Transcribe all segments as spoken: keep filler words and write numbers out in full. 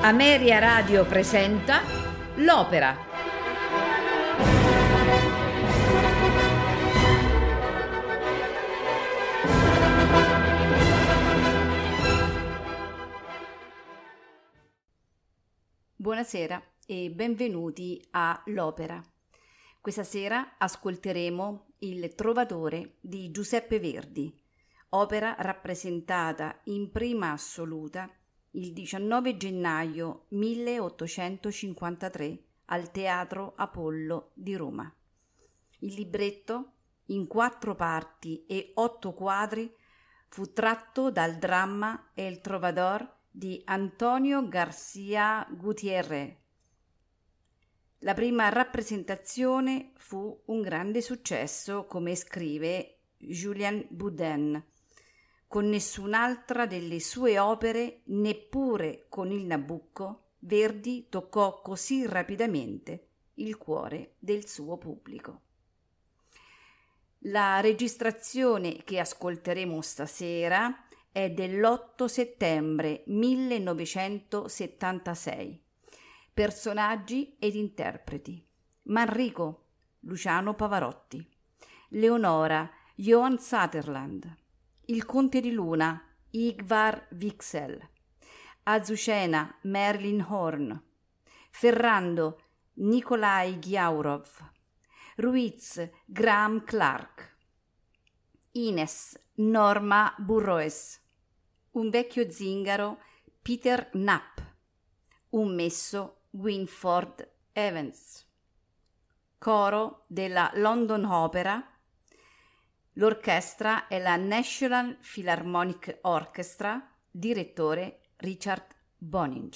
Ameria Radio presenta L'Opera. Buonasera e benvenuti a L'Opera. Questa sera ascolteremo Il Trovatore di Giuseppe Verdi, opera rappresentata in prima assoluta il diciannove gennaio milleottocentocinquantatré al Teatro Apollo di Roma. Il libretto, in quattro parti e otto quadri, fu tratto dal dramma El Trovador di Antonio García Gutiérrez. La prima rappresentazione fu un grande successo, come scrive Julien Boudin. Con nessun'altra delle sue opere, neppure con il Nabucco, Verdi toccò così rapidamente il cuore del suo pubblico. La registrazione che ascolteremo stasera è dell'otto settembre millenovecentosettantasei. Personaggi ed interpreti: Manrico, Luciano Pavarotti; Leonora, Johan Sutherland; il Conte di Luna, Ingvar Wixell; Azucena, Marilyn Horne; Ferrando, Nikolai Ghiaurov; Ruiz, Graham Clark; Ines, Norma Burroes; un vecchio zingaro, Peter Knapp; un messo, Winford Evans; coro della London Opera. L'orchestra è la National Philharmonic Orchestra, direttore Richard Boninge.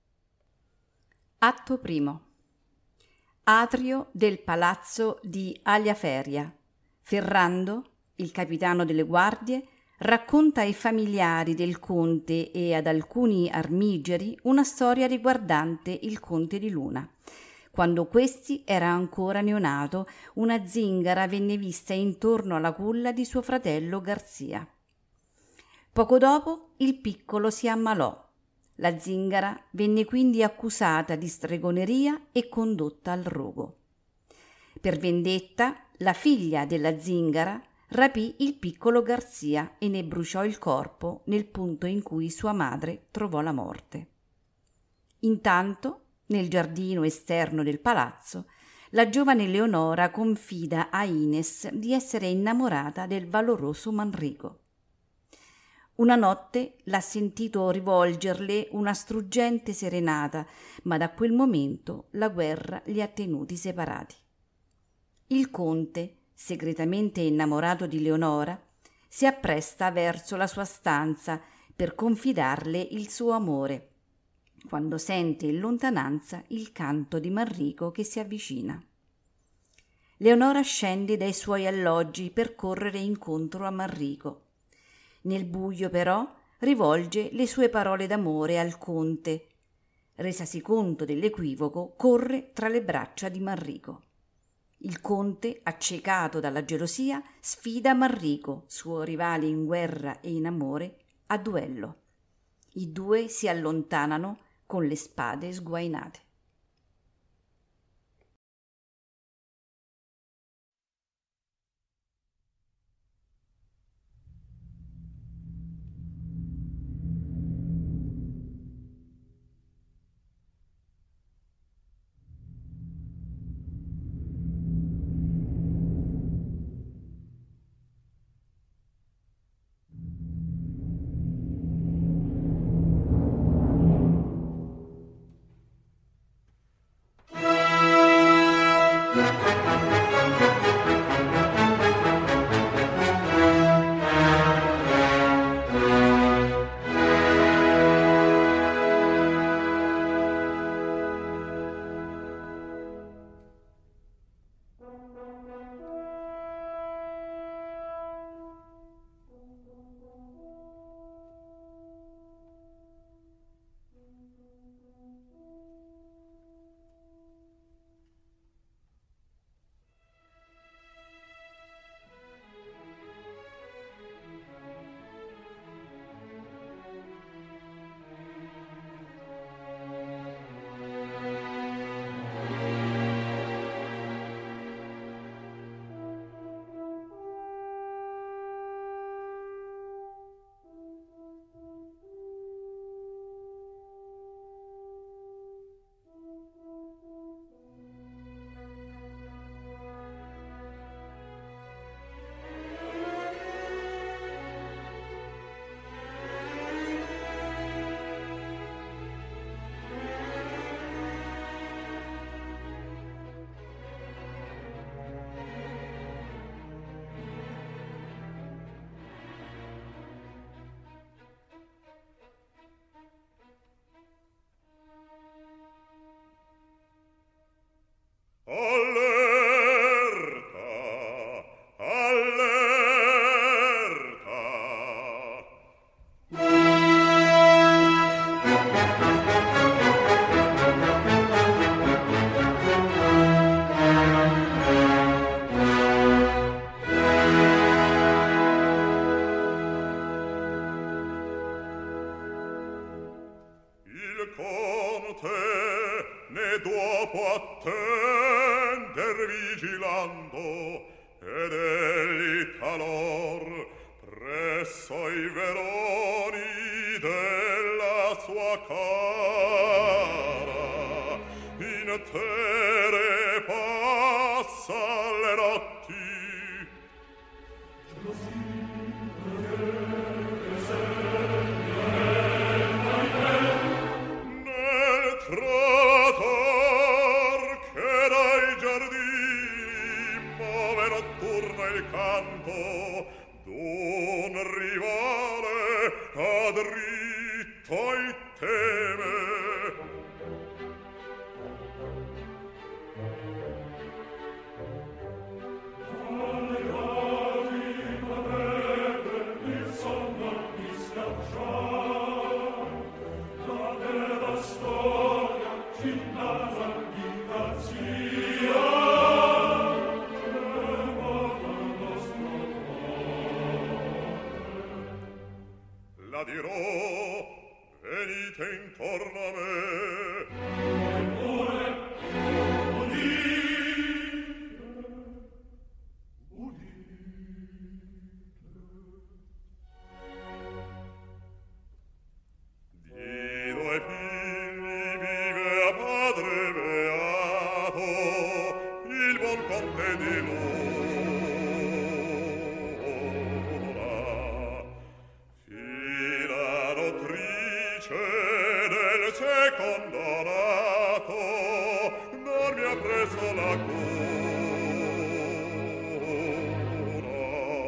Atto primo. Atrio del palazzo di Aliaferia. Ferrando, il capitano delle guardie, racconta ai familiari del conte e ad alcuni armigeri una storia riguardante il Conte di Luna. Quando questi era ancora neonato, una zingara venne vista intorno alla culla di suo fratello Garzia. Poco dopo il piccolo si ammalò. La zingara venne quindi accusata di stregoneria e condotta al rogo. Per vendetta, la figlia della zingara rapì il piccolo Garzia e ne bruciò il corpo nel punto in cui sua madre trovò la morte. Intanto, nel giardino esterno del palazzo, la giovane Leonora confida a Ines di essere innamorata del valoroso Manrico. Una notte l'ha sentito rivolgerle una struggente serenata, ma da quel momento la guerra li ha tenuti separati. Il conte, segretamente innamorato di Leonora, si appresta verso la sua stanza per confidarle il suo amore, quando sente in lontananza il canto di Manrico che si avvicina. Leonora scende dai suoi alloggi per correre incontro a Manrico. Nel buio, però, rivolge le sue parole d'amore al conte. Resasi conto dell'equivoco, corre tra le braccia di Manrico. Il conte, accecato dalla gelosia, sfida Manrico, suo rivale in guerra e in amore, a duello. I due si allontanano con le spade sguainate. morte, né dopo attender vigilando, ed egli talor presso i veroni della sua cara intere passa le notti. Nel trator che dai giardini muove notturno il canto d'un rivale a dritto il teme. Alle gravi avrebbe il sonno di scacciar, la vera storia ci narra l'indazia. La dirò, venite intorno a me. Amore, udite, udite. Di due figli vive a padre beato il buon conte di Luna, fila nuttrice del secondo nato, non mi ha preso la cura.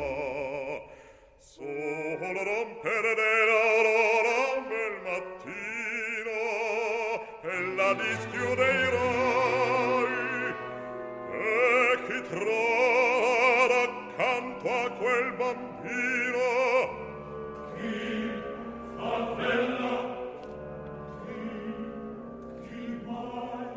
Solo rompere dell'aurora un bel mattino e la dischiude i rai, e chi trova accanto a quel bambino chi fa bella, chi, chi mai?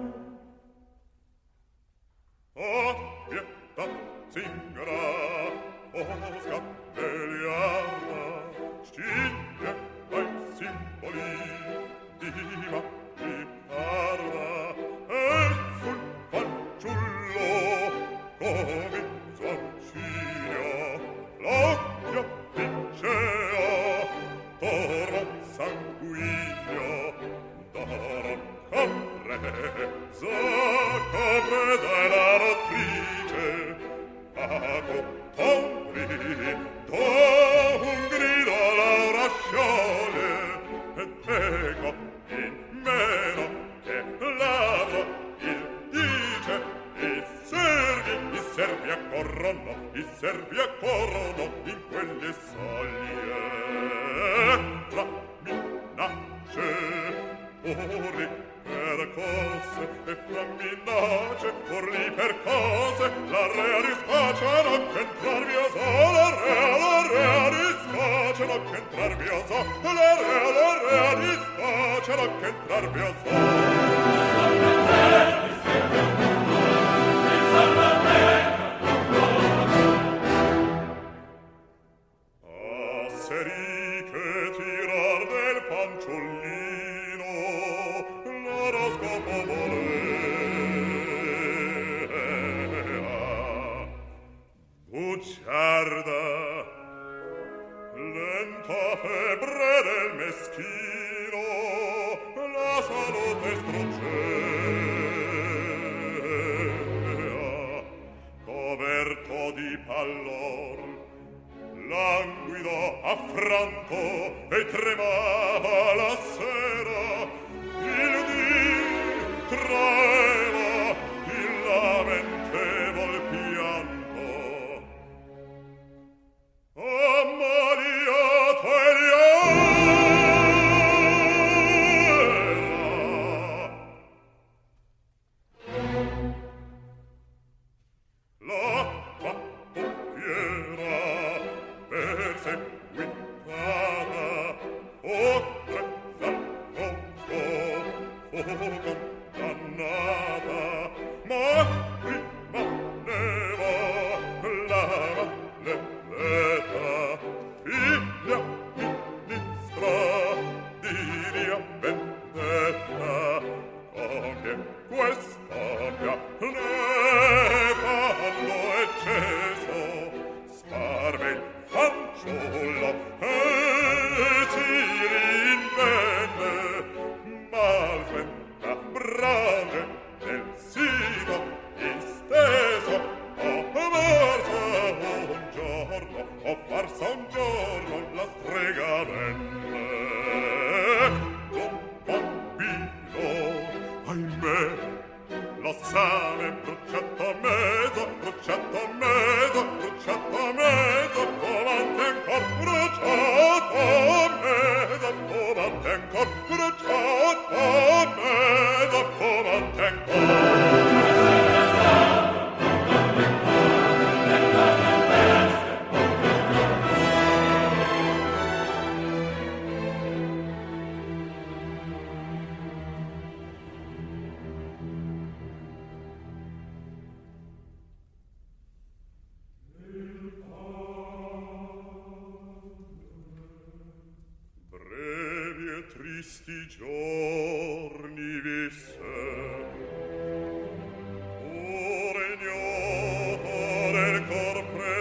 Oh, pietà, zingara, oh, scappeliana, sciglie ai simboli di matti parla, e sul fanciullo comincia un ciglio, l'occhio vincea, d'oro sanguigno, d'oro compresa, compresa è la nottrice, pago tombri, do un grido all'aura sciole, ed ecco in meno che ladro il dice, i servi, i servi accorrono, i servi accorrono in quelle soglie. Tra minacce, urli percosse, e fra minacce, urli percosse, la rea discacciano che entrar via so, la rea, la rea discacciano che entrar via so, la rea, la rea discacciano che entrar via so. Asseriche tirar del fanciullino l'oroscopo volea. Bugiarda, lenta febbre del meschino, la salute struggea, coverto di pallor, languido, affranto, e tremava la sera, il dì traeva il lamentevol pianto. Ammaliato Eliera, la fattopiera perseguitata, oltre s'accorto, fu condannata, ma rimaneva la valletta, figlia ministra di Ria vendetta, quest'abbia ne fanno ecceso sparve il fanciullo e si rinvende malfetta brave nel sito isteso o farsa un giorno o farsa un giorno la strega venne un bambino ahimè lo sale bruciato a mezzo bruciato a mezzo bruciato a mezzo volante ancor bruciato a mezzo volante ancor bruciato a mezzo volante ancor tristi giorni visse pur ignoto del cor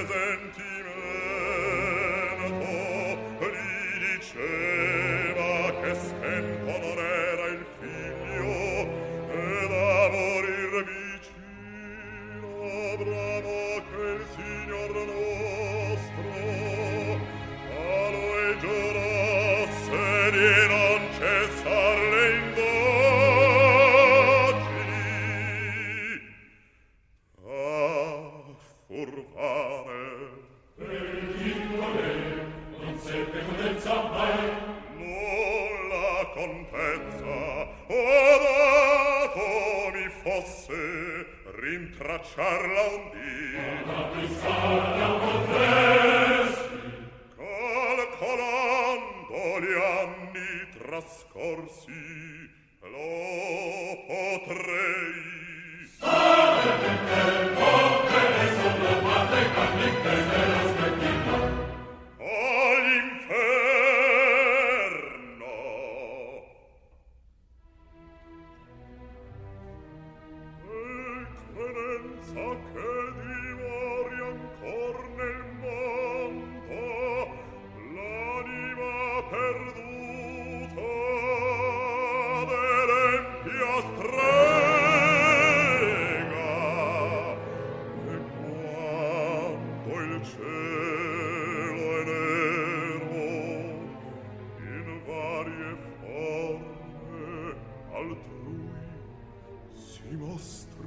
presentimento gli diceva che spento non era il figlio e da morir vicino bravo che il signor nostro a lui giurasse di non cessar le indagini a furfare per piccole non seppe potenza mai nulla contezza o dato mi fosse rintracciarla un dì ma pensarla potresti calcolando gli anni trascorsi lo potrei sarebbe tempo che ne sono parte carne che ne l'aspettino all'inferno e credenza che dimori ancor nel mondo l'anima perduta dell'empia strega e quando il cielo è nero in varie forme altrui si mostri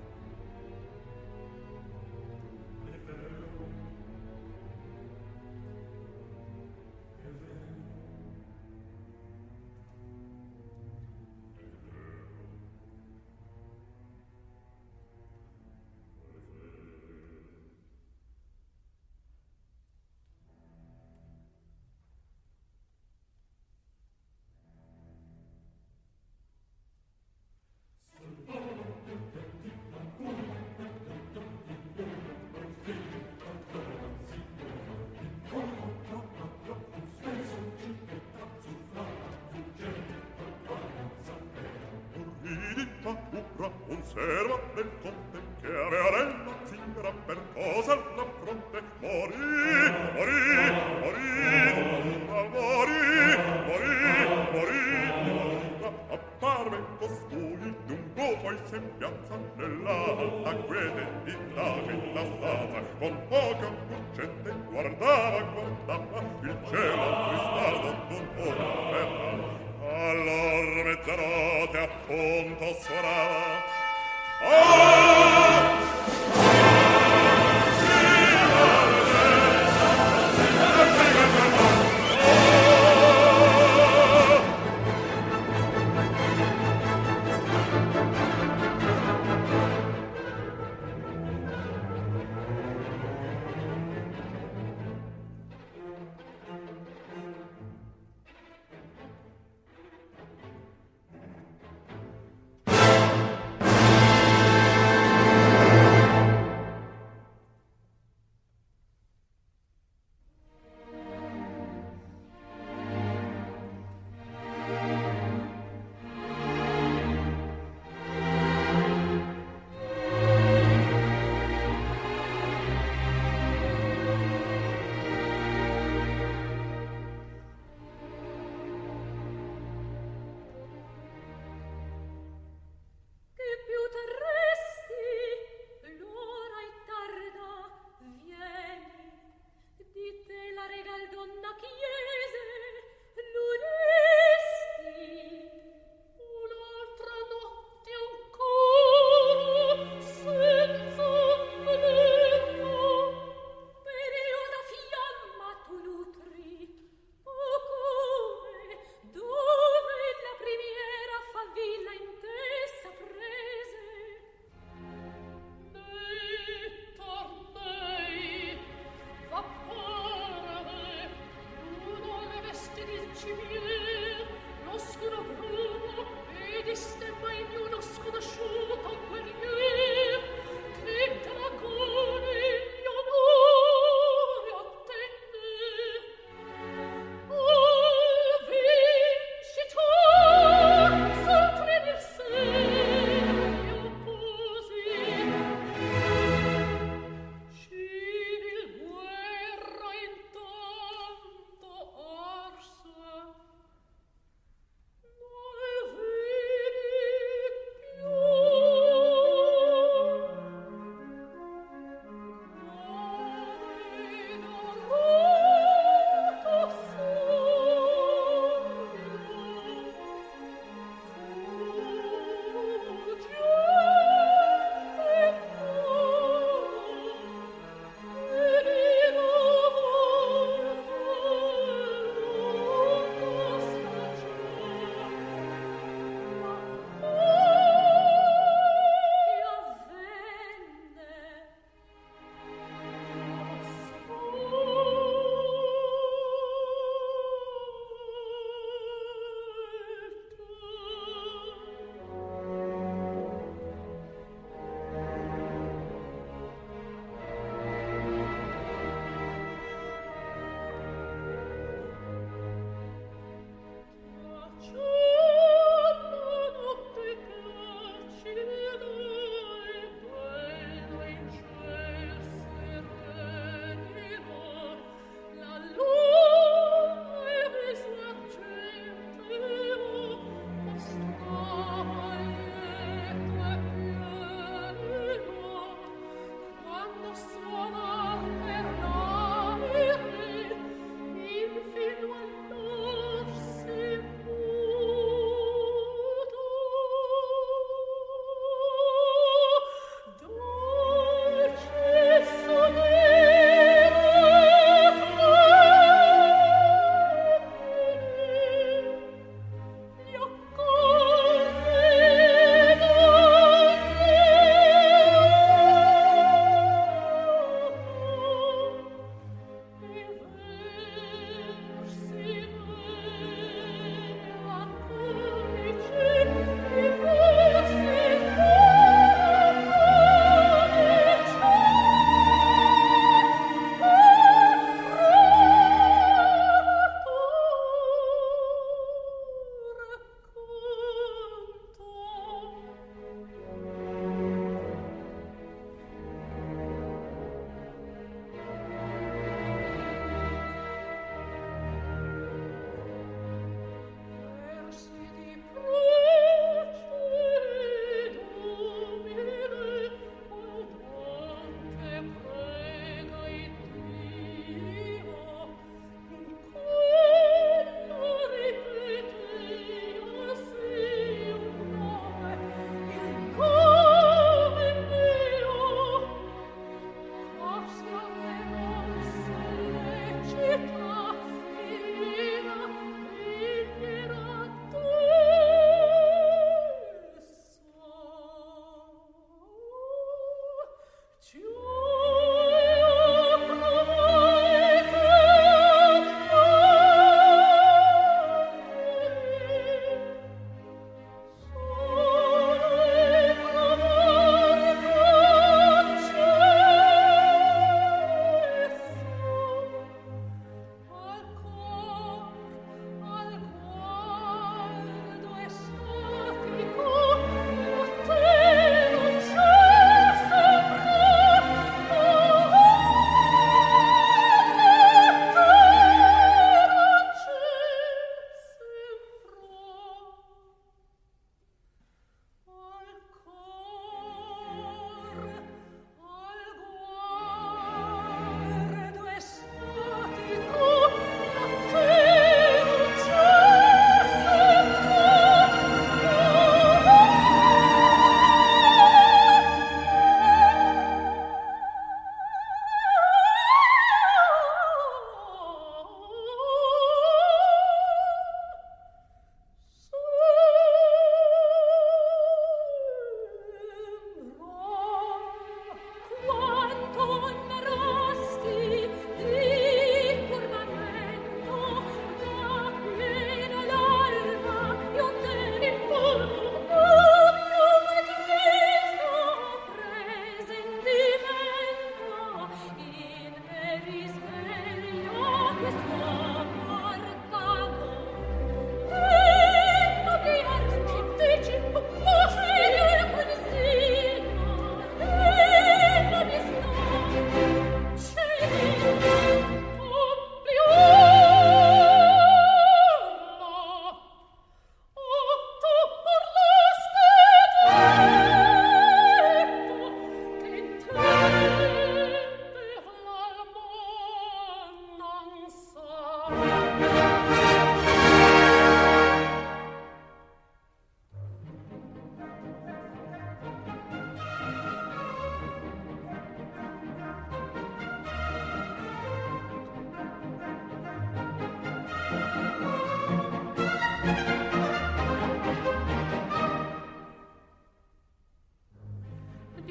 conserva del conte che aveva nella zingara per cosa alla fronte morì, morì, morì, morì, morì, morì, apparve costui lungo poi sembianza nell'alta quiete di la stata con poca lucente guardava, guardava il cielo cristallo d'un ora allor mezzanotte appunto suonava ah!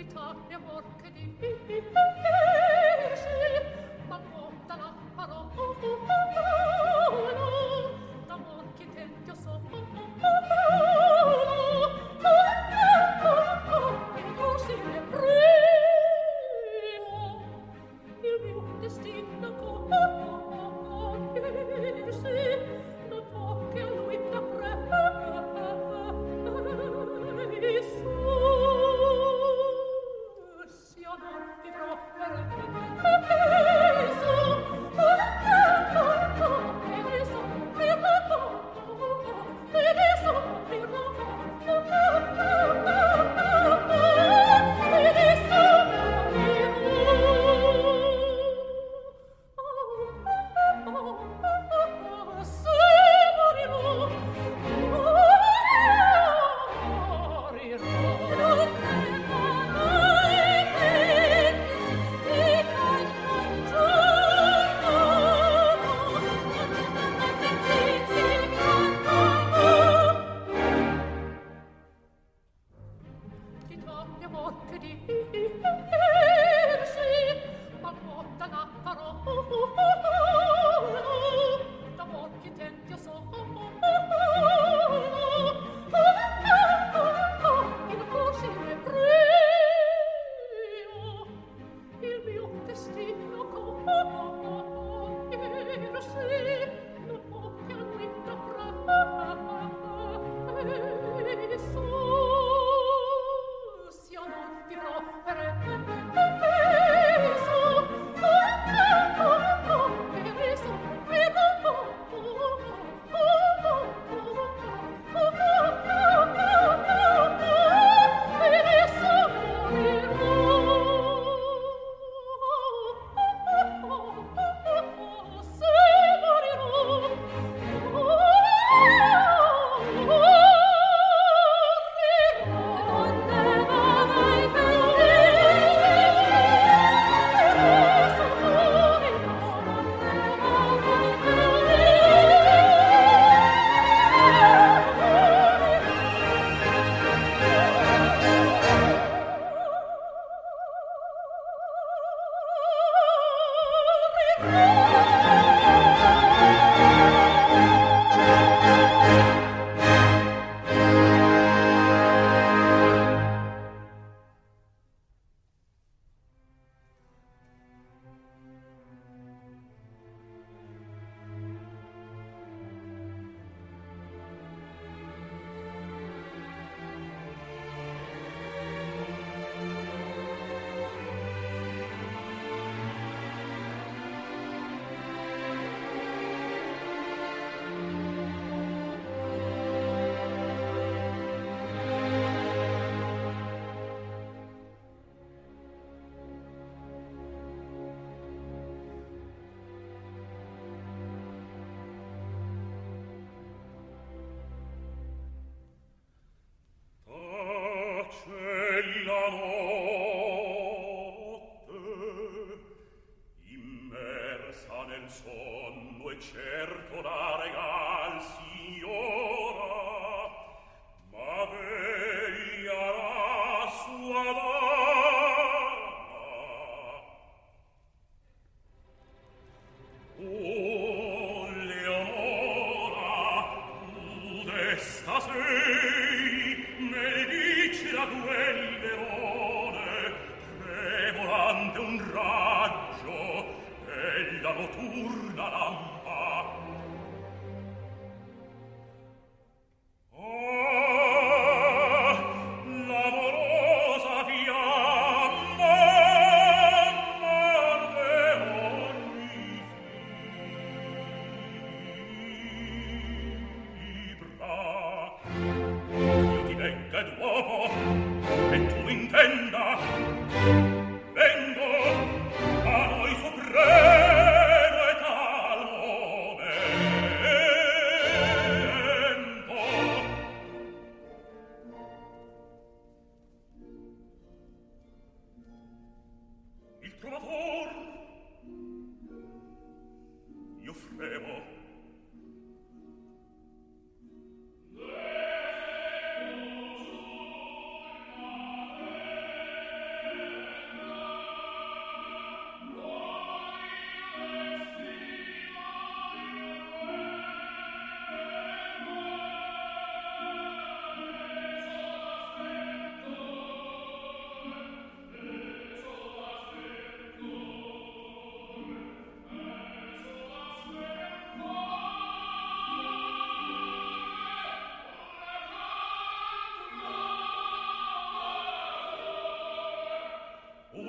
Vengo a noi supremo e calmo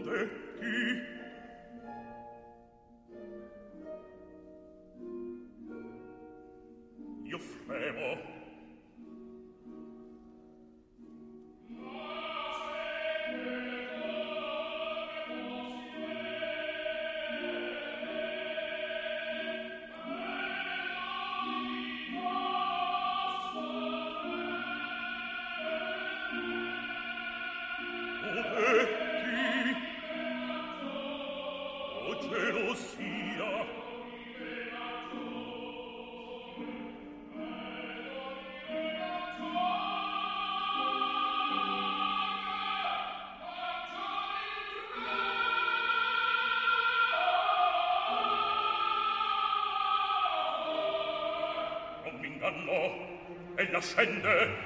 Ella scende.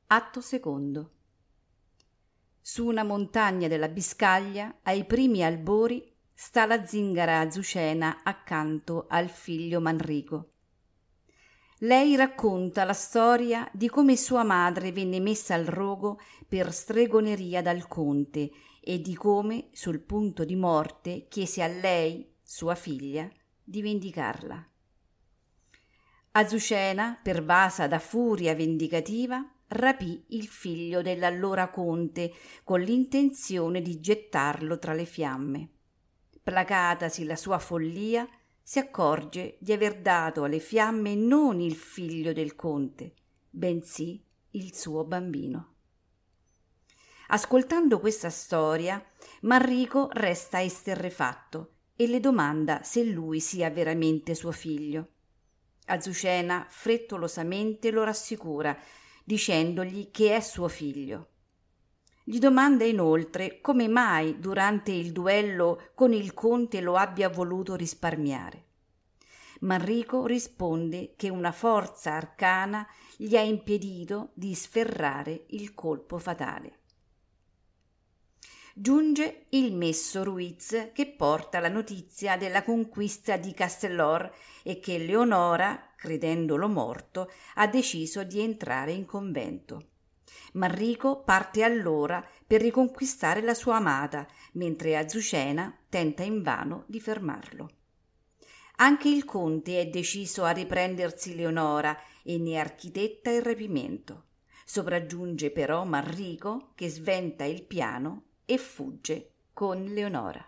Atto secondo. Su una montagna della Biscaglia, ai primi albori, sta la zingara Azucena accanto al figlio Manrico. Lei racconta la storia di come sua madre venne messa al rogo per stregoneria dal conte e di come, sul punto di morte, chiese a lei, sua figlia, di vendicarla. Azucena, pervasa da furia vendicativa, rapì il figlio dell'allora conte con l'intenzione di gettarlo tra le fiamme. Placatasi la sua follia, si accorge di aver dato alle fiamme non il figlio del conte, bensì il suo bambino. Ascoltando questa storia, Manrico resta esterrefatto e le domanda se lui sia veramente suo figlio. Azucena frettolosamente lo rassicura, dicendogli che è suo figlio. Gli domanda inoltre come mai durante il duello con il conte lo abbia voluto risparmiare. Manrico risponde che una forza arcana gli ha impedito di sferrare il colpo fatale. Giunge il messo Ruiz che porta la notizia della conquista di Castellor e che Leonora, credendolo morto, ha deciso di entrare in convento. Manrico parte allora per riconquistare la sua amata, mentre Azucena tenta invano di fermarlo. Anche il conte è deciso a riprendersi Leonora e ne architetta il rapimento. Sopraggiunge però Manrico che sventa il piano e fugge con Leonora.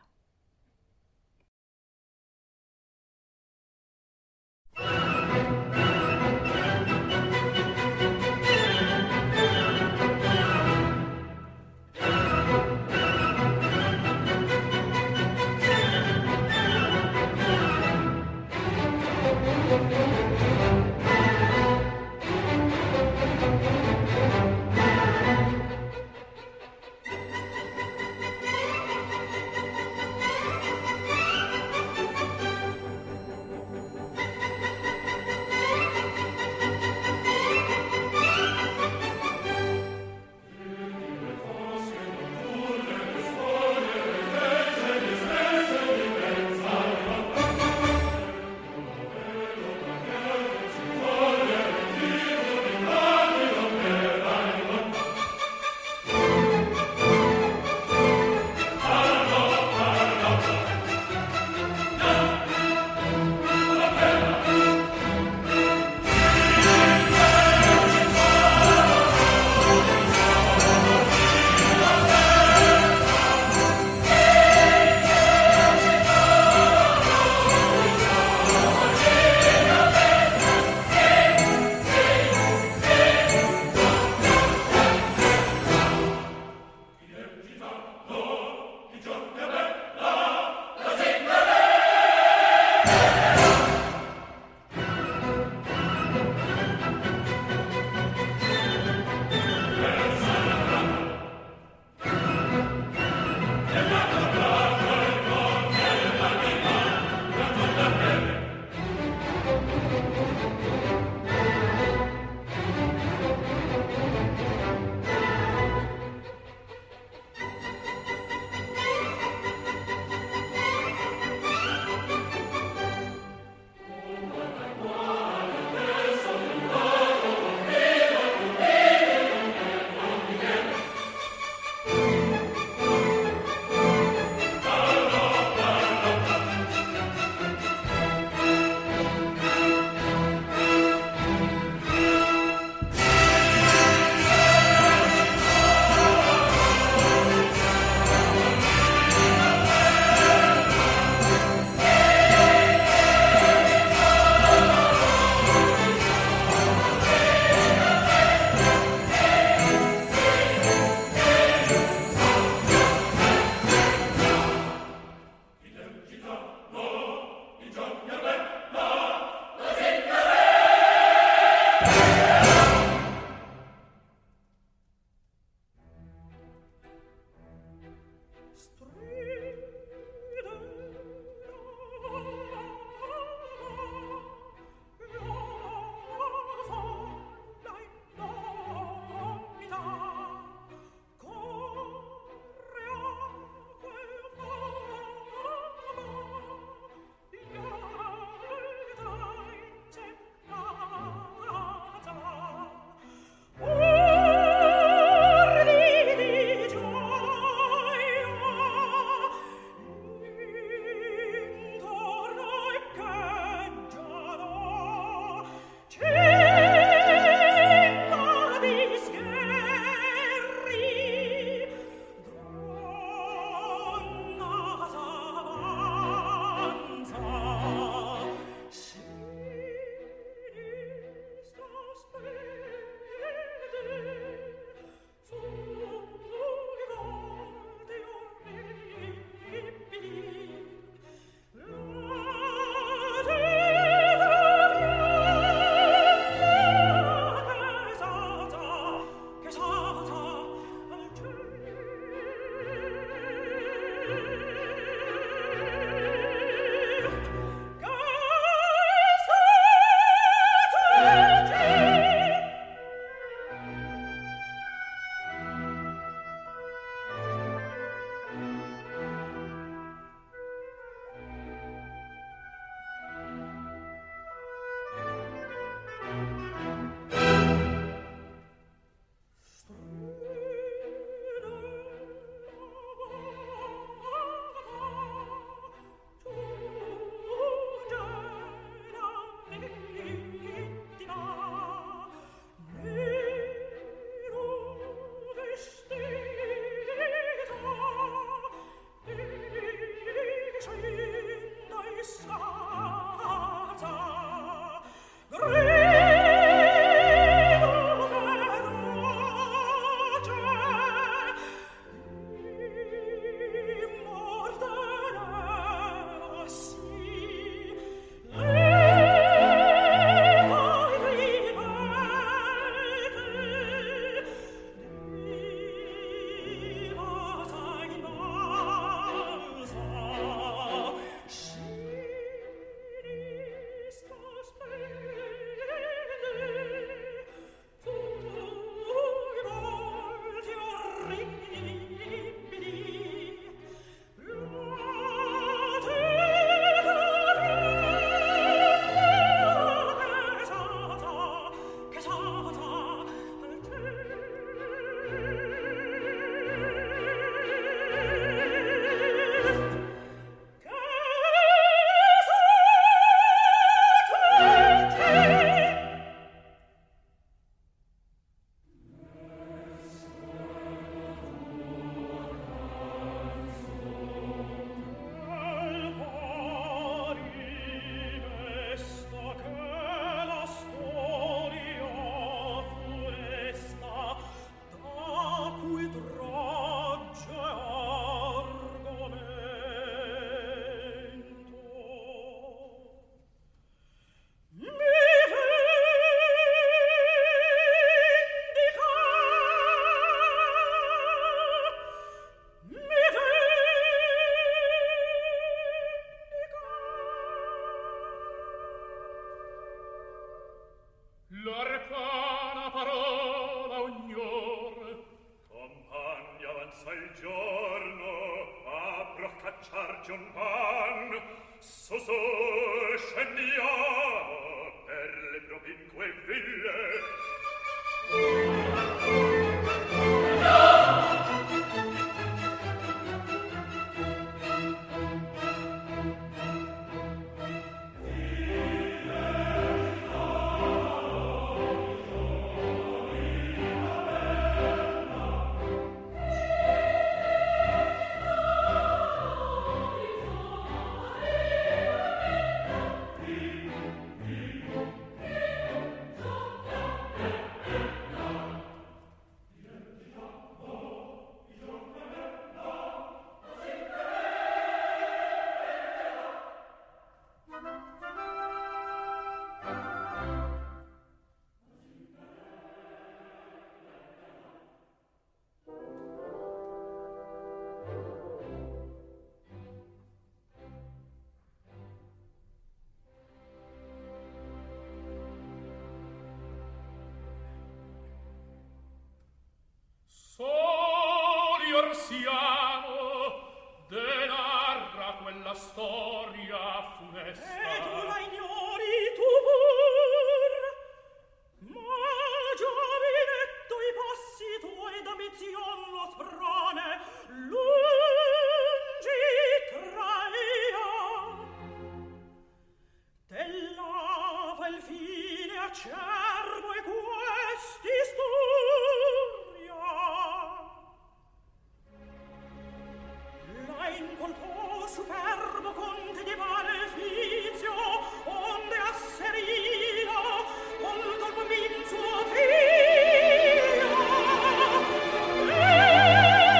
Figlio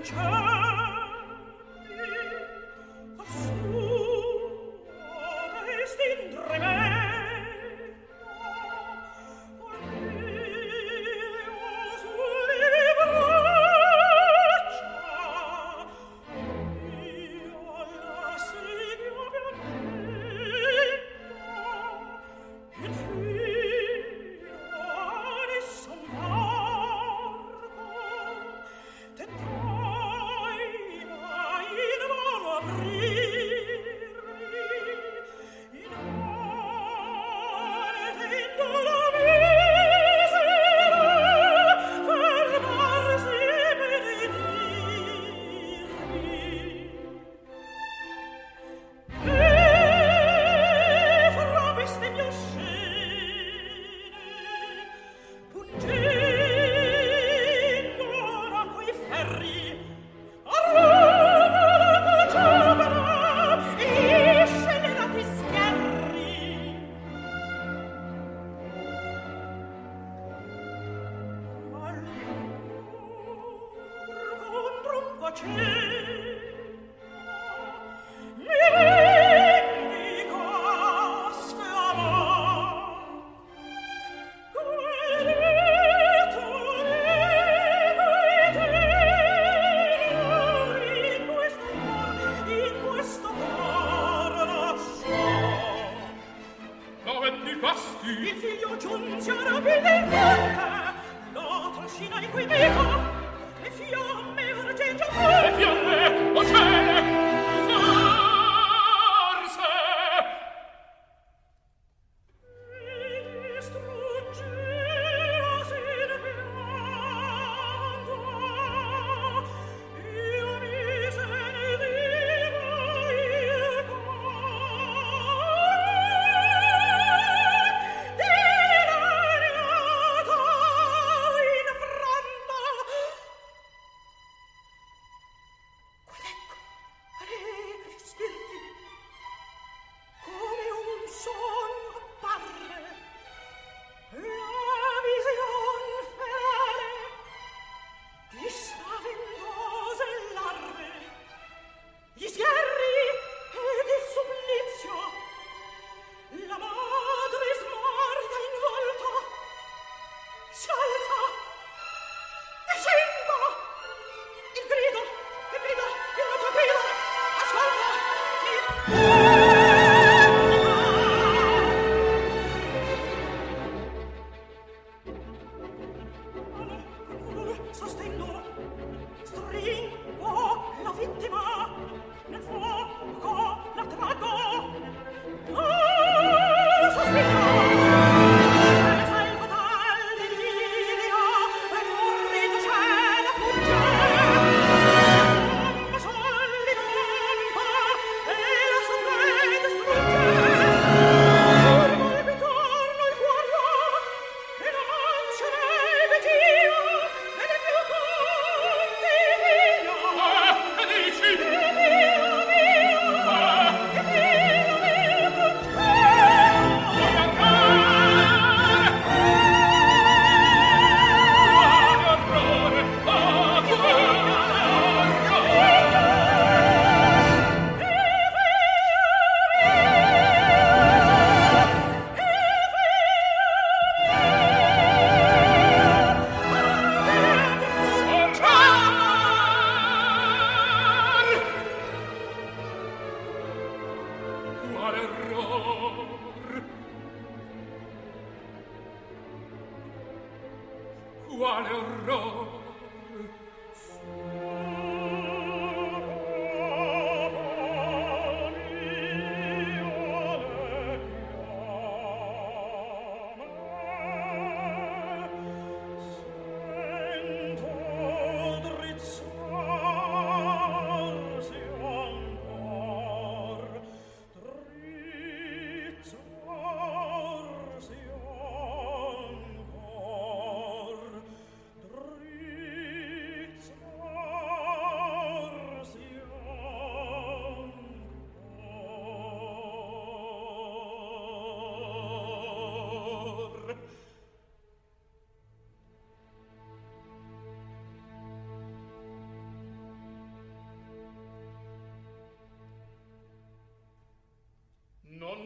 Dritto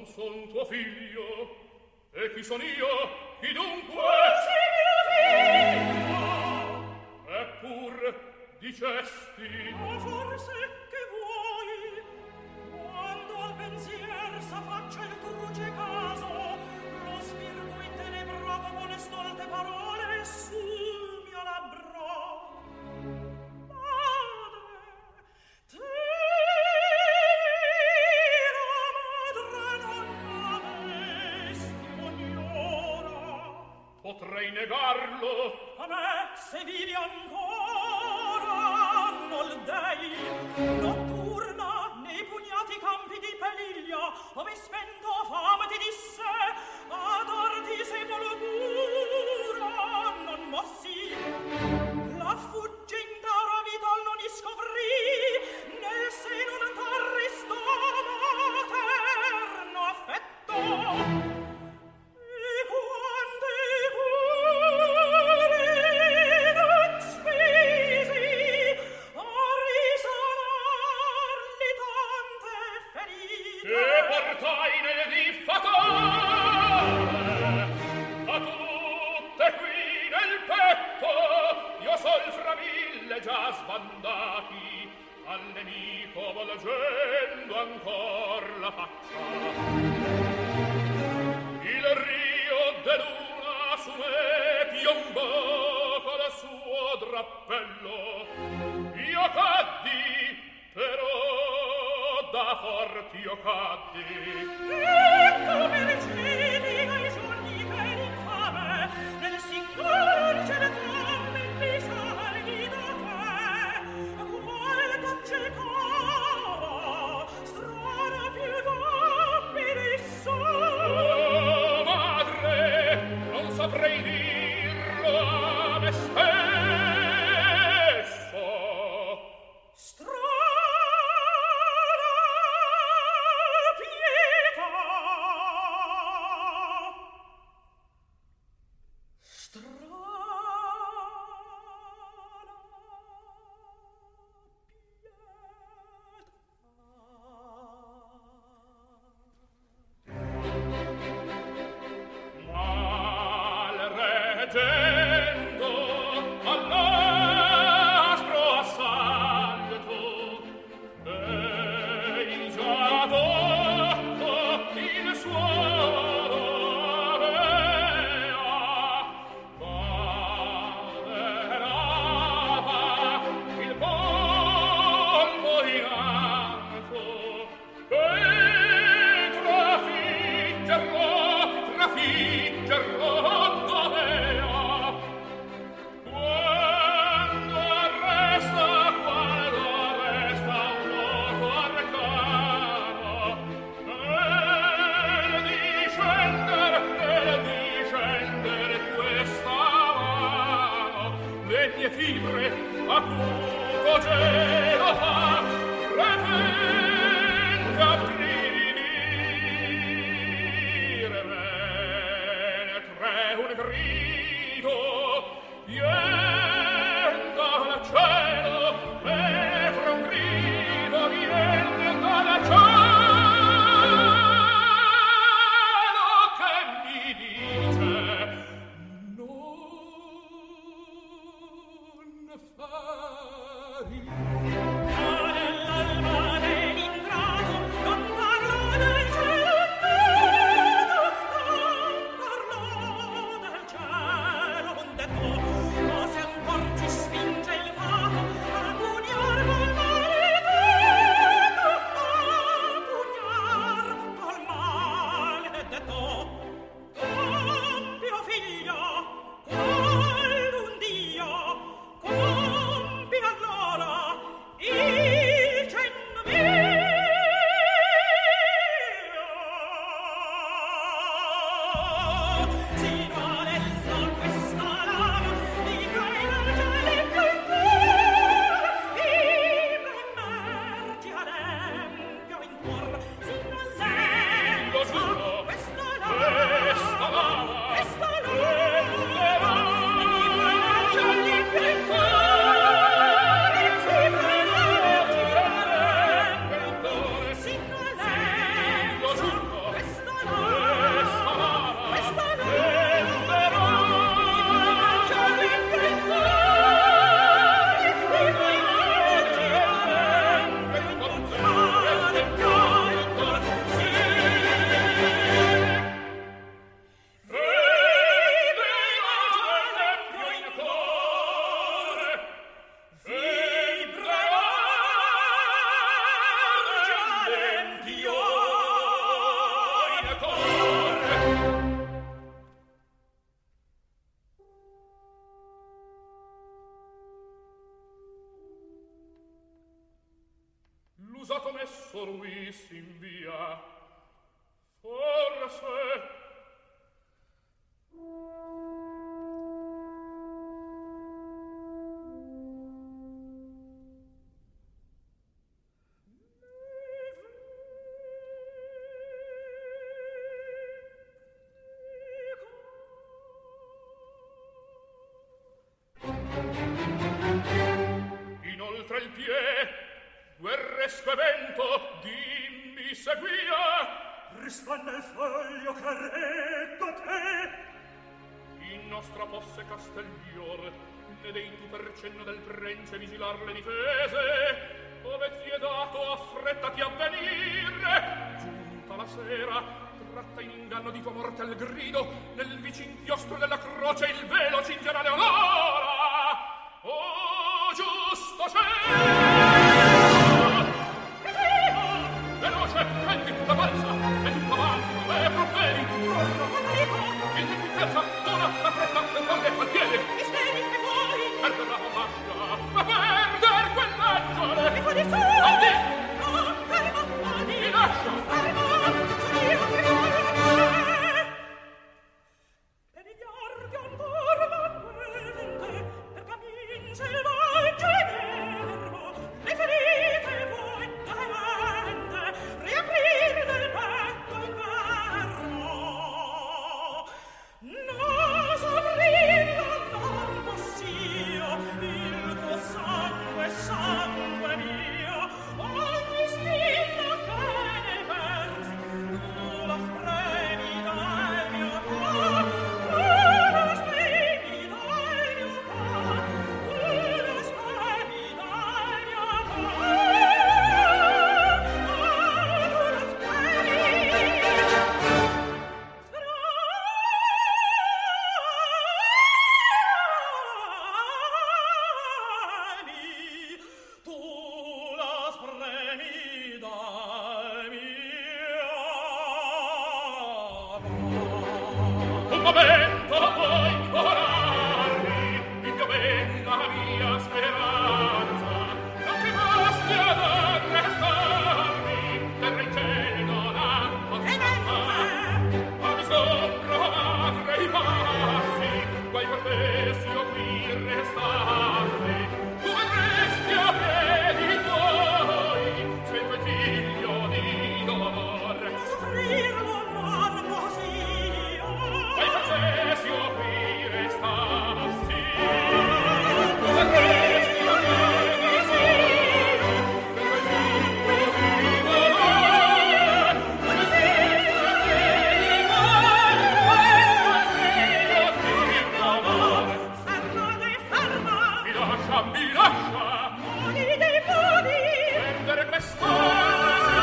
son tuo figlio. E chi son io? Chi dunque? Sei mio figlio! Eppur dicesti. Ma forse che vuoi? Quando al pensier s'affaccia il truce caso, lo spirito intenebrato pone stolte parole sul mio labbro. Madre, te madre non l'avesti ogni ora. Potrei negarlo. A me, se vivi ancora, nol dei, notturna, nei pugnati campi di Peliglia, ove spento fame ti disse, ad arti sepoltura non mossi. La fugginta vita non iscovrì, nel seno non t'arrestò materno affetto. Già sbandati al nemico volgendo ancor la faccia. Il rio de luna su me piombò col suo drappello. Io caddi, però da forti io caddi. E come ricevi ai giorni che l'infame nel s'ingorge donne mi salvi da te, qual t'accecava, strana pietà mi disse. Oh, madre, non saprei dirlo a me stesso. Strana Si valenza questa lama adesso ruissi in via, forse inoltre il pie guerresco evento dimmi seguia. Risplende il foglio che reggo te. In nostra posse Castiglior ne dei tu per cenno del prence vigilar le difese, ove ti è dato affrettati a venire. Giunta la sera tratta in inganno di tua morte al grido, nel vicin chiostro della croce il velo cingerà Leonora. Oh giusto cielo, veloce prendi la balza e tu cavallo e provvedi. Il di piazza dona la fretta del ponte al piede. Mi svegli che vuoi? Perder la lascia, ma perder quell'angelo. Mi vuoi su? Andi! No, fermo, andi! Mi lascia! Fermo, sono io che voglio te! E mi guardi ancora manuelmente, per cammin selvaggio ed ermo, le ferite vuoi dolente, riaprir del petto inverno. No, soffrirlo non possio, il tuo sangue è sangue mio, ogni stilla che ne versi, tu la spremi dal mio cor, tu la spremi dal mio cor, tu la spremi dal mio cor, tu la spremi, tu la spremi dal mio cor. Un momento puoi implorarmi, il mio ben, la mia speranza, non ti basti ad arrestarmi, terra in cielo non ha conferma, ma mi sopra madre i passi, guai per te se io qui restassi, tu vedresti a piedi tuoi, spento il figlio di dolore. Non soffrirlo non possio, Guai per te se io qui restassi, tu non vedresti a piedi tuoi, spento il figlio di dolore. Tu vedresti a piedi tuoi, spento il figlio di dolore. ferma dei ferma, Mi lascia, mi lascia, modi dei modi, prendere quest'ora.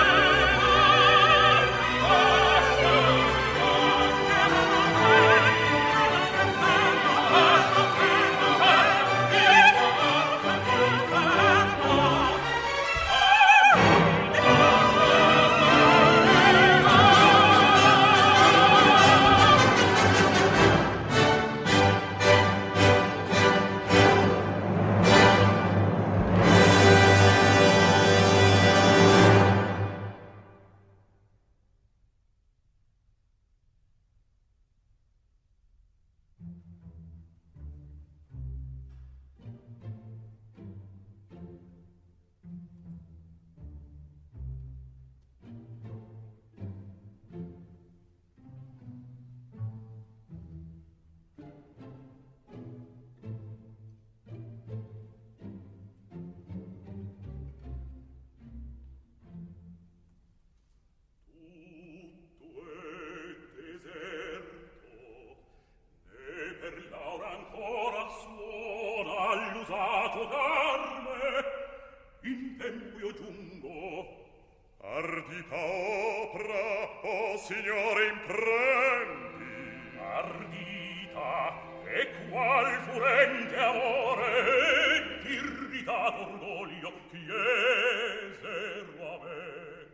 Tutto è deserto, né per Laura ancora suona all'usato d'arme. In tempo io giungo. Ardita opra, o signore, imprendi. Ardita, e qual furente amore, irritato orgoglio, chiesero a me.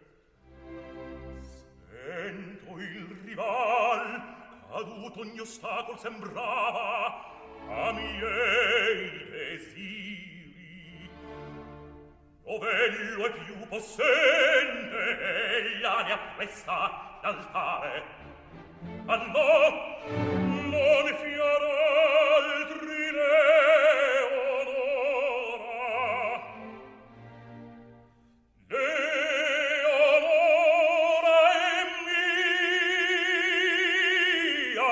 Spento il rival, caduto ogni ostacolo sembrava, a miei desiri. Ovello è più possente, ella ne appresta l'altare. Ma no, non fiarà altri le onora. Le onora è mia.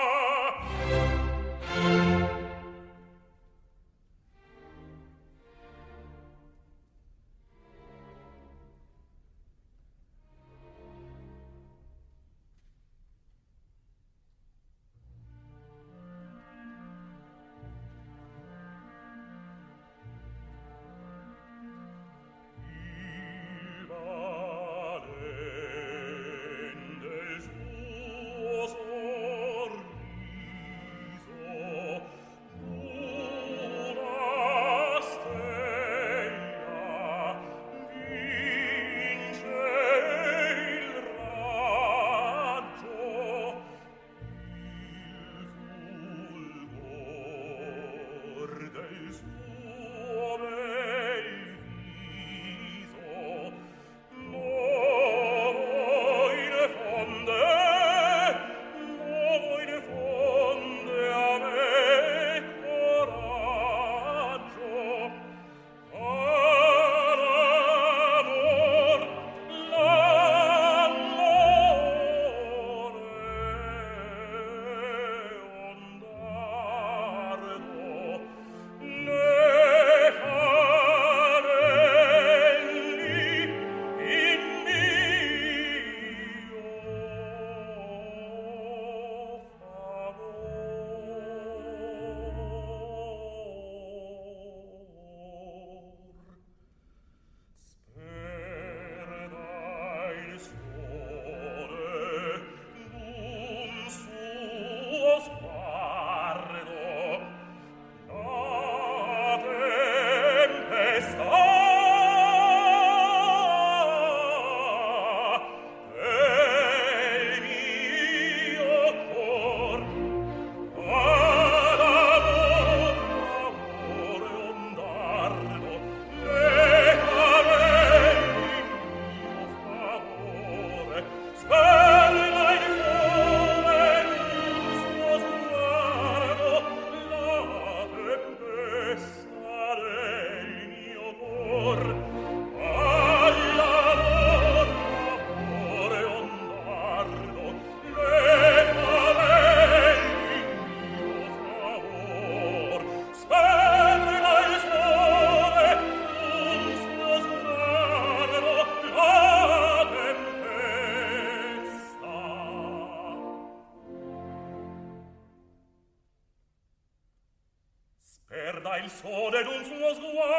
Il sole d'un suo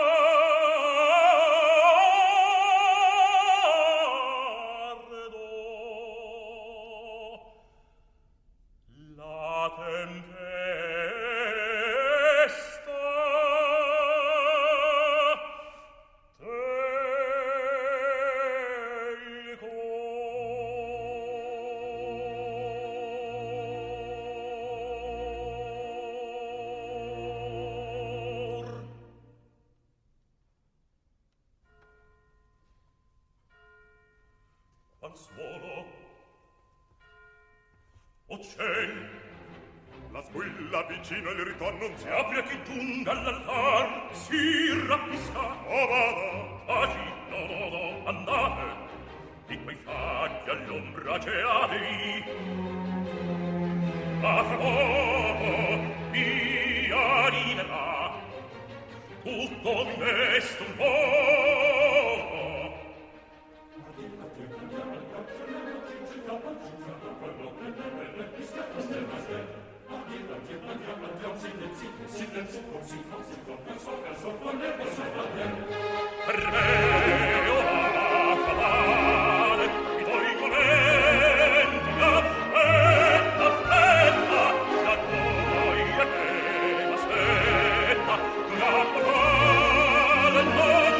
sguardo, la tempesta del suolo. O ciel, la squilla vicino il rito annunzia. Apri chi giunga all'altar, si rappisca. O vada, taci, no, no, no, andate, di quei faggi all'ombra ceati. A fra poco mi arriverà, tutto mi veste un po'. Per me ora fatale, i tuoi momenti, aspetta, aspetta, la gioia che m'aspetta, una parole non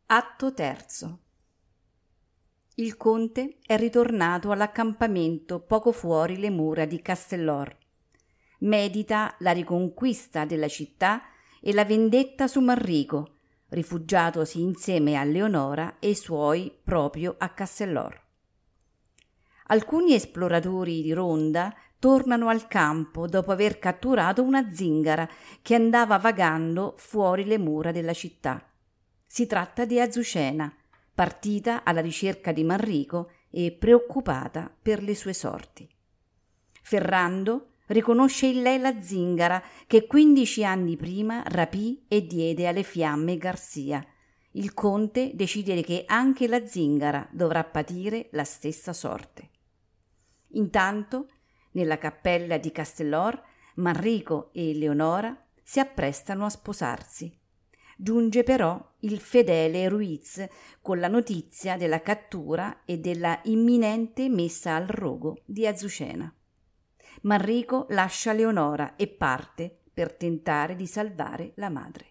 Atto terzo. Il conte è ritornato all'accampamento poco fuori le mura di Castellor. Medita la riconquista della città e la vendetta su Manrico, rifugiatosi insieme a Leonora e i suoi proprio a Castellor. Alcuni esploratori di ronda tornano al campo dopo aver catturato una zingara che andava vagando fuori le mura della città. Si tratta di Azucena, partita alla ricerca di Manrico e preoccupata per le sue sorti. Ferrando riconosce in lei la zingara che quindici anni prima rapì e diede alle fiamme Garzia. Il conte decide che anche la zingara dovrà patire la stessa sorte. Intanto, nella cappella di Castellor, Manrico e Leonora si apprestano a sposarsi. Giunge però il fedele Ruiz con la notizia della cattura e della imminente messa al rogo di Azucena. Manrico lascia Leonora e parte per tentare di salvare la madre.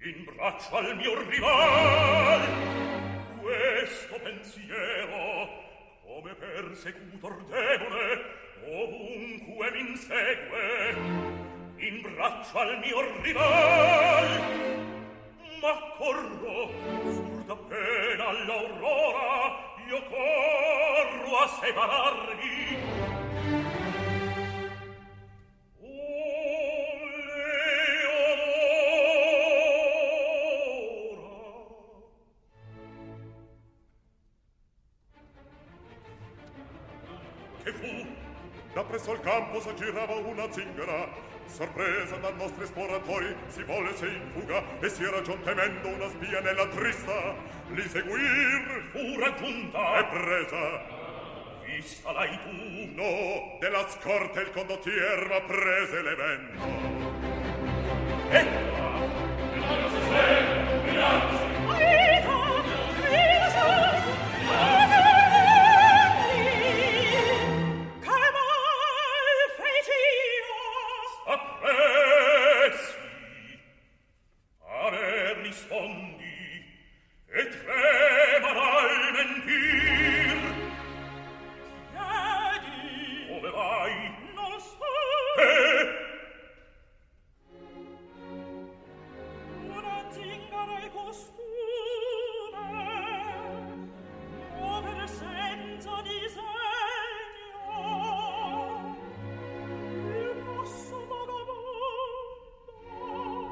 in braccio al mio rival. Questo pensiero, come persecutor debole, ovunque m'insegue, in braccio al mio rival. Ma corro, fur d'appena all'aurora, io corro a separarvi. Oh, Leonora! Che fu? Da presso al campo s'aggirava una zingara. Sorpresa dai nostri esploratori, si volse in fuga e si era già temendo una spia nella trista. Li seguir fu raggiunta e presa. Vista l'hai tu? No, della scorta il condottier ma prese l'evento. Eccola! Non si sveglia, ragazzi! Aiuto! Aiuto! Rispondi e tremala al mentir. Chiedi. Dove vai? Non so. Eh? Una zingara è costume, muovere senza disegno. Il passo vagabondo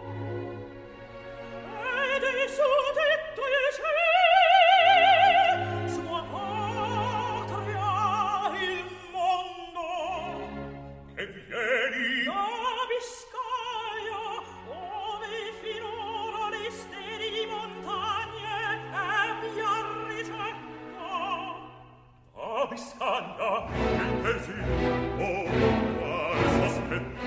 ed il suo tetto il cielo, sua patria il mondo. Che vieni? Da Biscaya, ove finora le sterili montagne ebbian ricetto. Da Biscaglia? Che sì, oh, qual sospetto.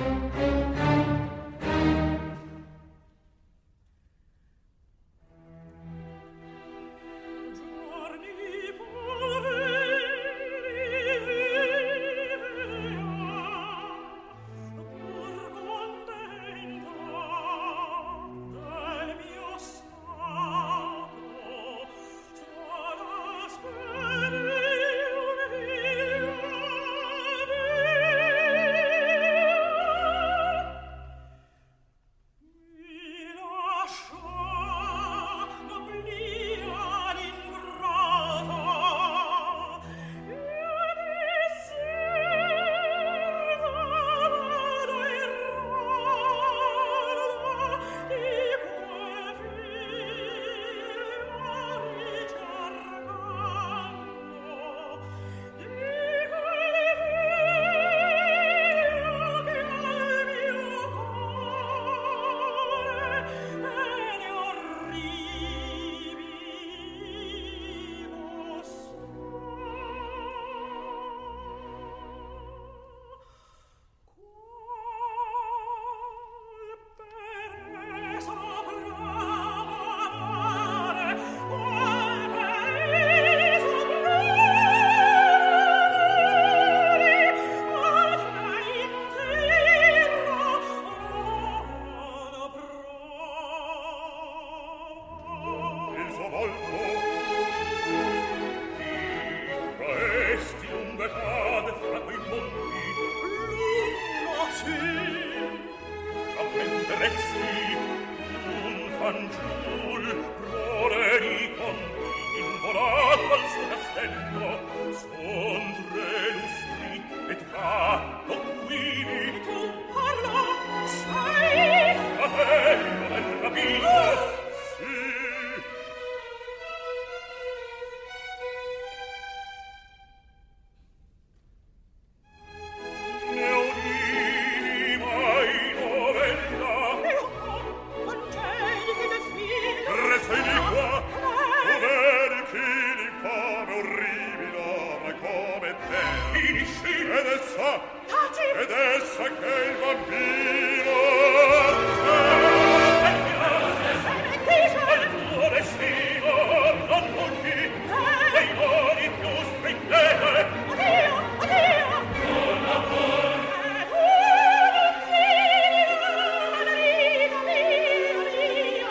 Ed essa che il bambino Addio, addio!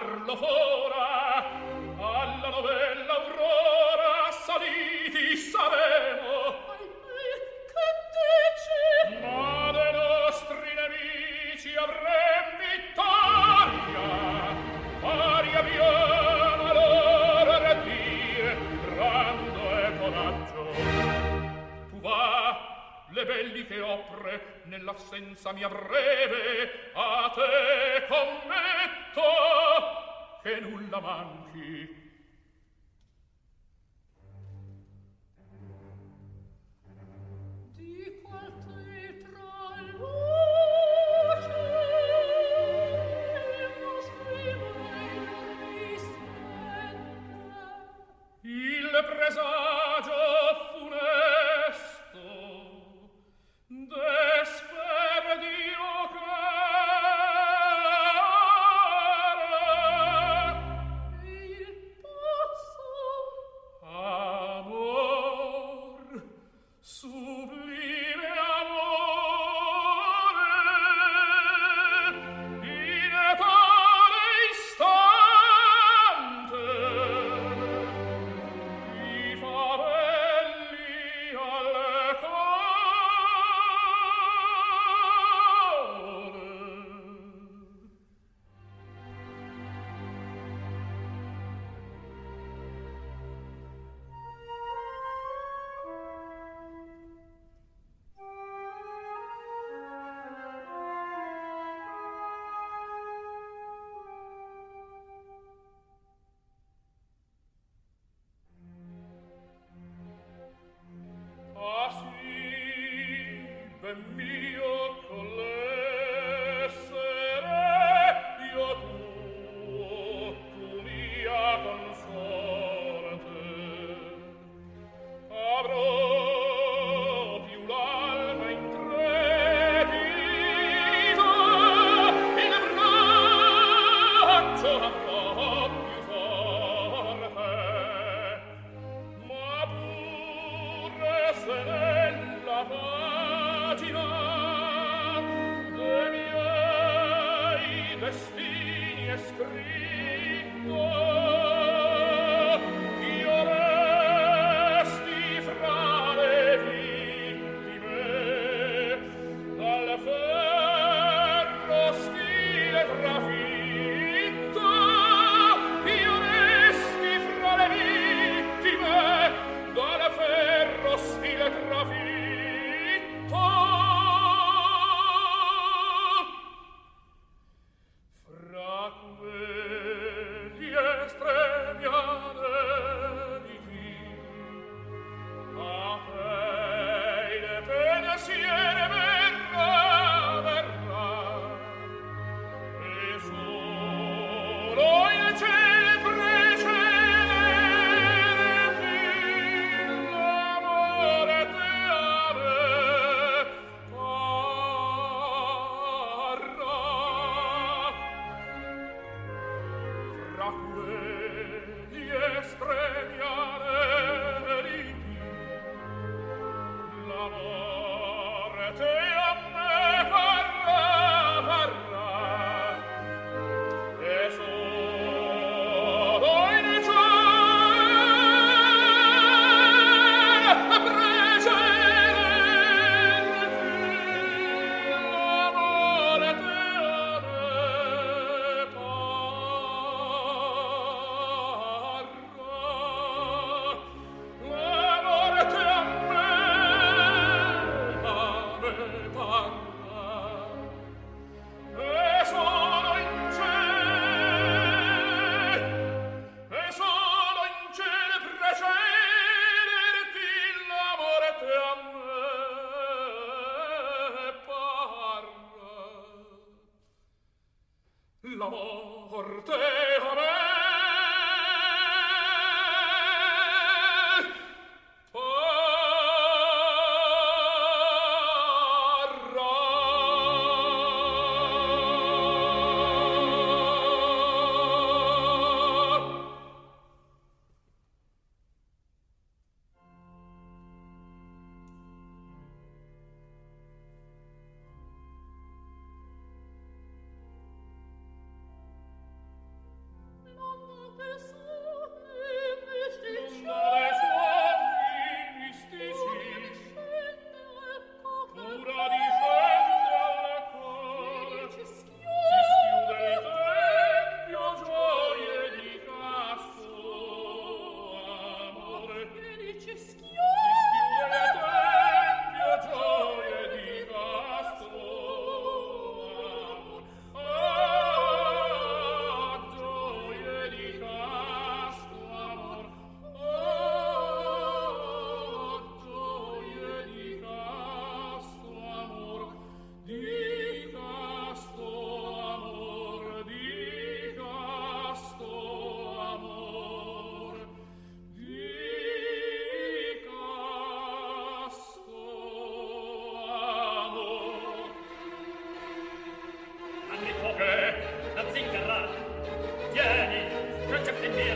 Carlo Fora, alla novella Aurora saliti saremo. Che dici? Ma dei nostri nemici avrem vittoria. Pari abbiamo loro a dire brando e coraggio. Tu va, le belliche opere nell'assenza mia breve a te commetto che nulla manchi. Di qual tetra luce il nostri mei risplende. Il presagio funesto desperdio care Il passo amor sublime amore in tale istante i favelli alle Ah sì, ben mio con l'essere io tuo, tu mia consorte. Avrò più l'alma intrepida, il braccio avrò più forte. Ma pure se nella pagina dei miei destini è scritto io resti fra le vittime dal ferro stile trafitto io resti fra le vittime dal ferro stile trafitto. Fra quelli estremi aneliti a te il pensiero verrà, verrà e solo il cielo precederti l'amore te a me parrà. Fra quelli estremi aneliti l'amore te a me parrà, parrà e solo in cielo precederti l'amore te a me parrà. L'amore te a me, a me parrà. E solo in cielo, e solo in cielo precederti l'amore te a me parrà. L'amor te a me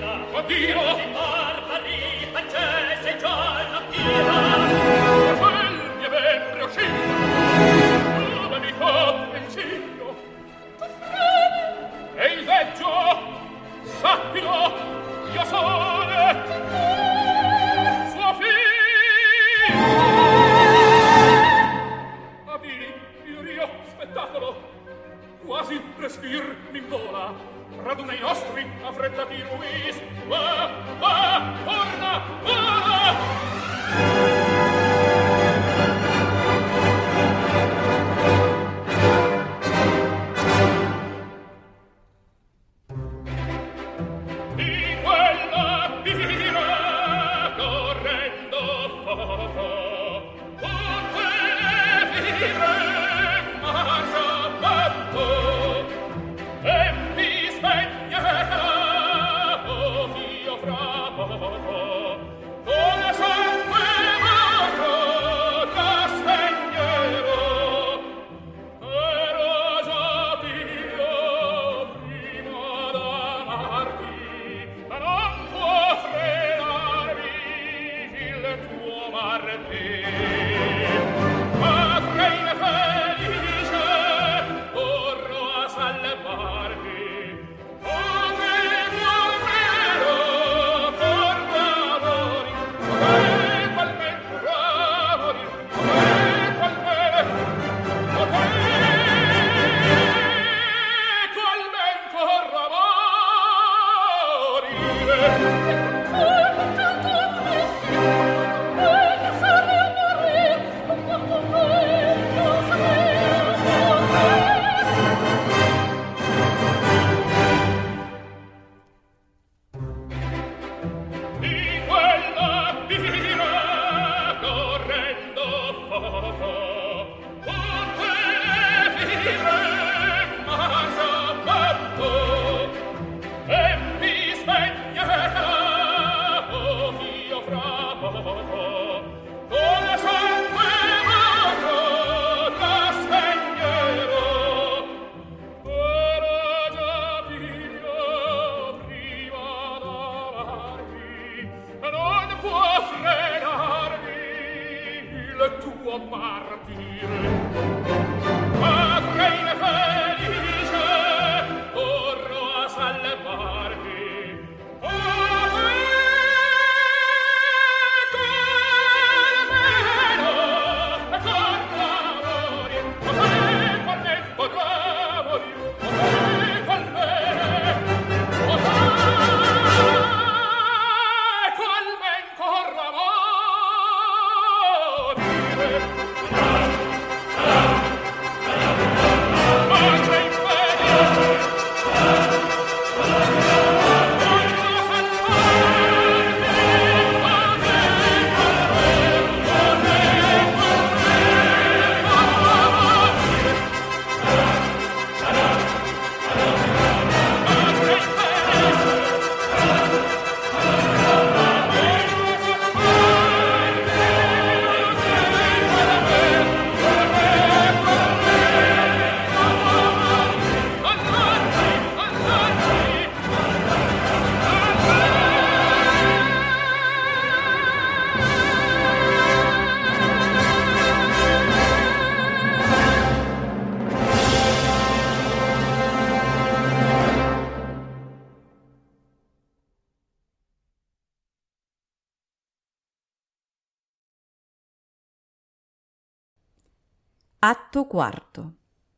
Oddio! I barbari, accese già la pira. Quel mi è ben riuscito. Dove mi copre il ciglio? Tu freme. E il veggio, sappilo, io sole, suo figlio. Avvii, il rio spettacolo, quasi respir m'invola. Raduna i nostri, affrettati Ruiz, va, va, torna, vola! Di quella pira correndo foco, tutte le fire marcia batto, e mi spegnerà, oh mio fra poco, come sangue morto la spegnerò. Ero già Dio prima d'amarti, ma non può frenarmi il tuo martir. Madre infelice, corro a salvarmi. Atto quarto.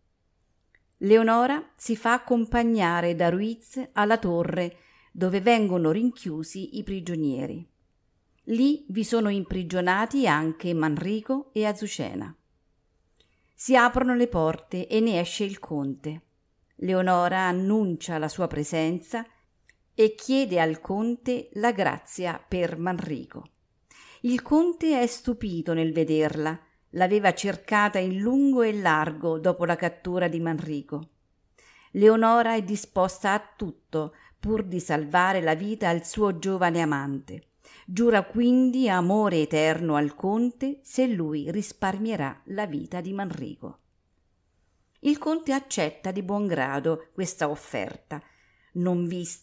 Leonora si fa accompagnare da Ruiz alla torre dove vengono rinchiusi i prigionieri. Lì vi sono imprigionati anche Manrico e Azucena. Si aprono le porte e ne esce il conte. Leonora annuncia la sua presenza e chiede al conte la grazia per Manrico. Il conte è stupito nel vederla. L'aveva cercata in lungo e largo dopo la cattura di Manrico. Leonora è disposta a tutto pur di salvare la vita al suo giovane amante. Giura quindi amore eterno al conte se lui risparmierà la vita di Manrico. Il conte accetta di buon grado questa offerta, non vista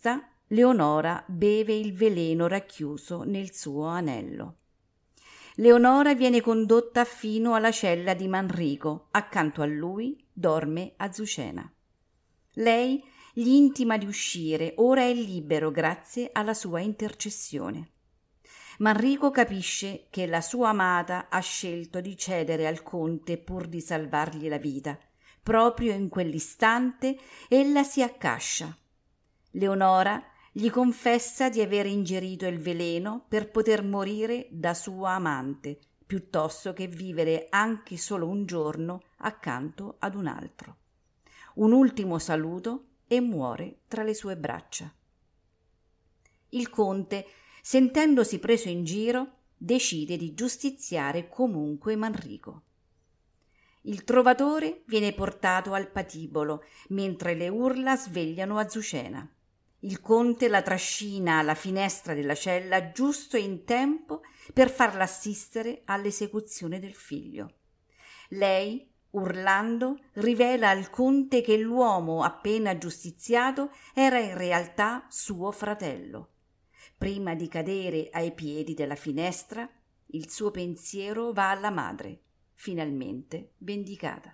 Leonora beve il veleno racchiuso nel suo anello. Leonora viene condotta fino alla cella di Manrico. Accanto a lui dorme Azucena. Lei gli intima di uscire, ora è libero grazie alla sua intercessione. Manrico capisce che la sua amata ha scelto di cedere al conte pur di salvargli la vita. Proprio in quell'istante ella si accascia. Leonora gli confessa di aver ingerito il veleno per poter morire da sua amante, piuttosto che vivere anche solo un giorno accanto ad un altro. Un ultimo saluto e muore tra le sue braccia. Il conte, sentendosi preso in giro, decide di giustiziare comunque Manrico. Il trovatore viene portato al patibolo, mentre le urla svegliano Azucena. Il conte la trascina alla finestra della cella giusto in tempo per farla assistere all'esecuzione del figlio. Lei, urlando, rivela al conte che l'uomo appena giustiziato era in realtà suo fratello. Prima di cadere ai piedi della finestra, il suo pensiero va alla madre, finalmente vendicata.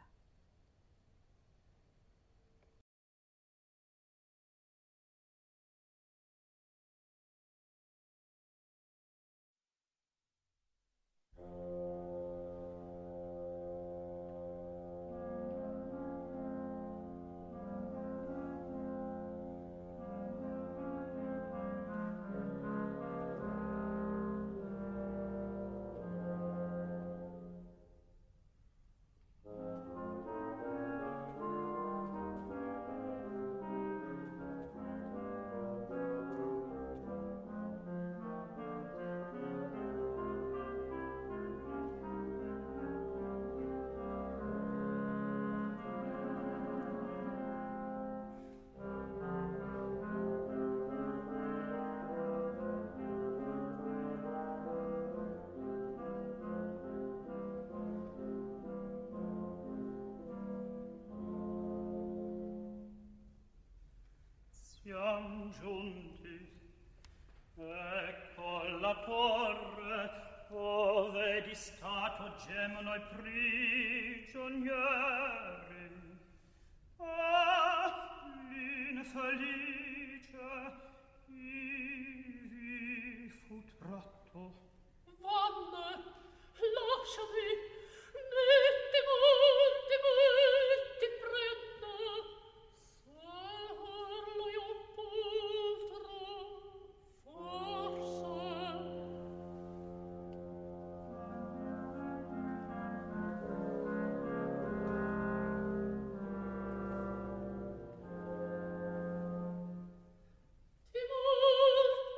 Siam giunti, ecco la torre, ove di stato gemono i prigionieri. Ah, l'infelice, ivi fu tratto. Vanne, lasciami, metti morti, metti prenda, salvarlo io potrò, forse. Ti morti,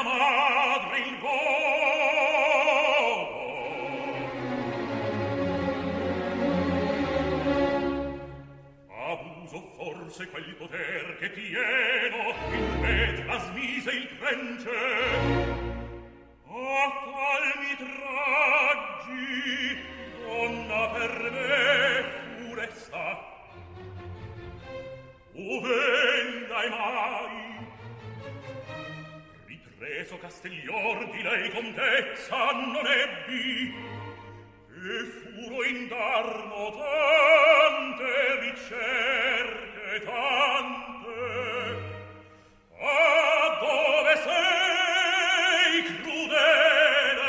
madre il rogo. Abuso forse quel poter che pieno in me trasmise il prence. A tal mi traggi, donna per me furesta. O vengai mai? Ripreso Castiglior di lei contezza non ebbi, e furo indarno tante ricerche, tante. A dove sei, crudele?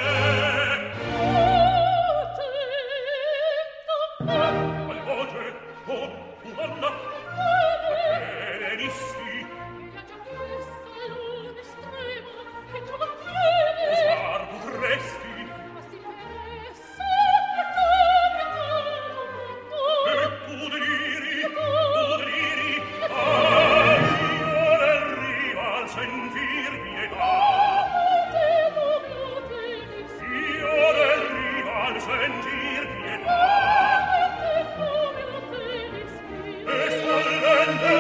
Al voce, oh, tu donna, venisti. Osar potresti. E pudriri, pudriri, ai, ora arriva al sentir pietà. Io arriva al sentir pietà. E sollente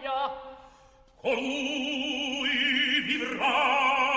colui vivrà.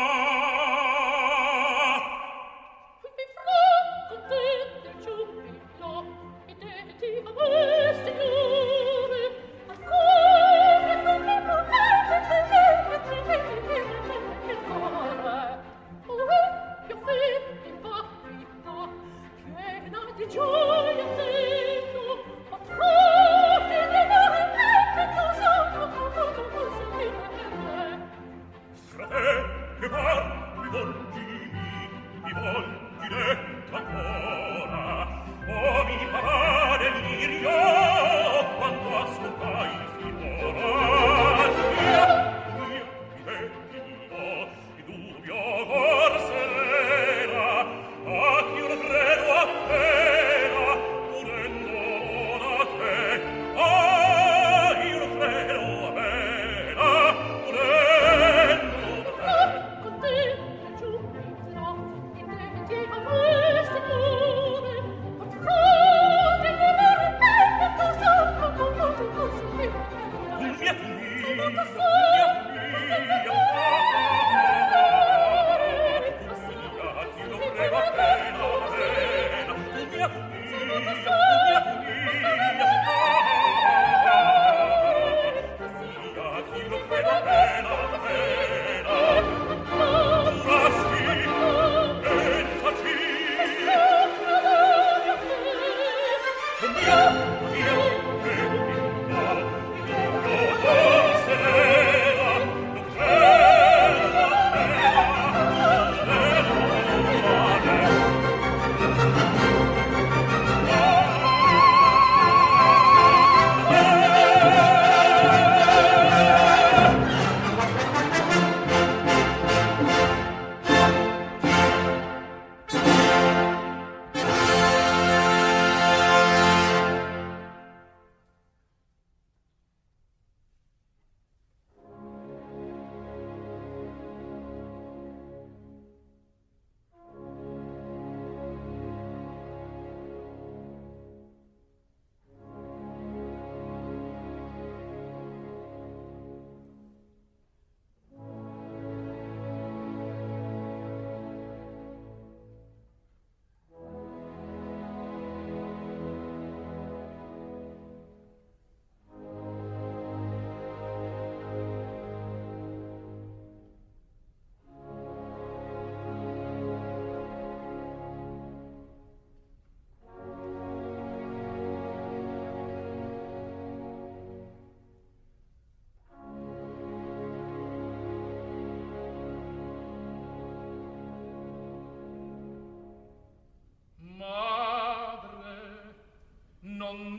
Non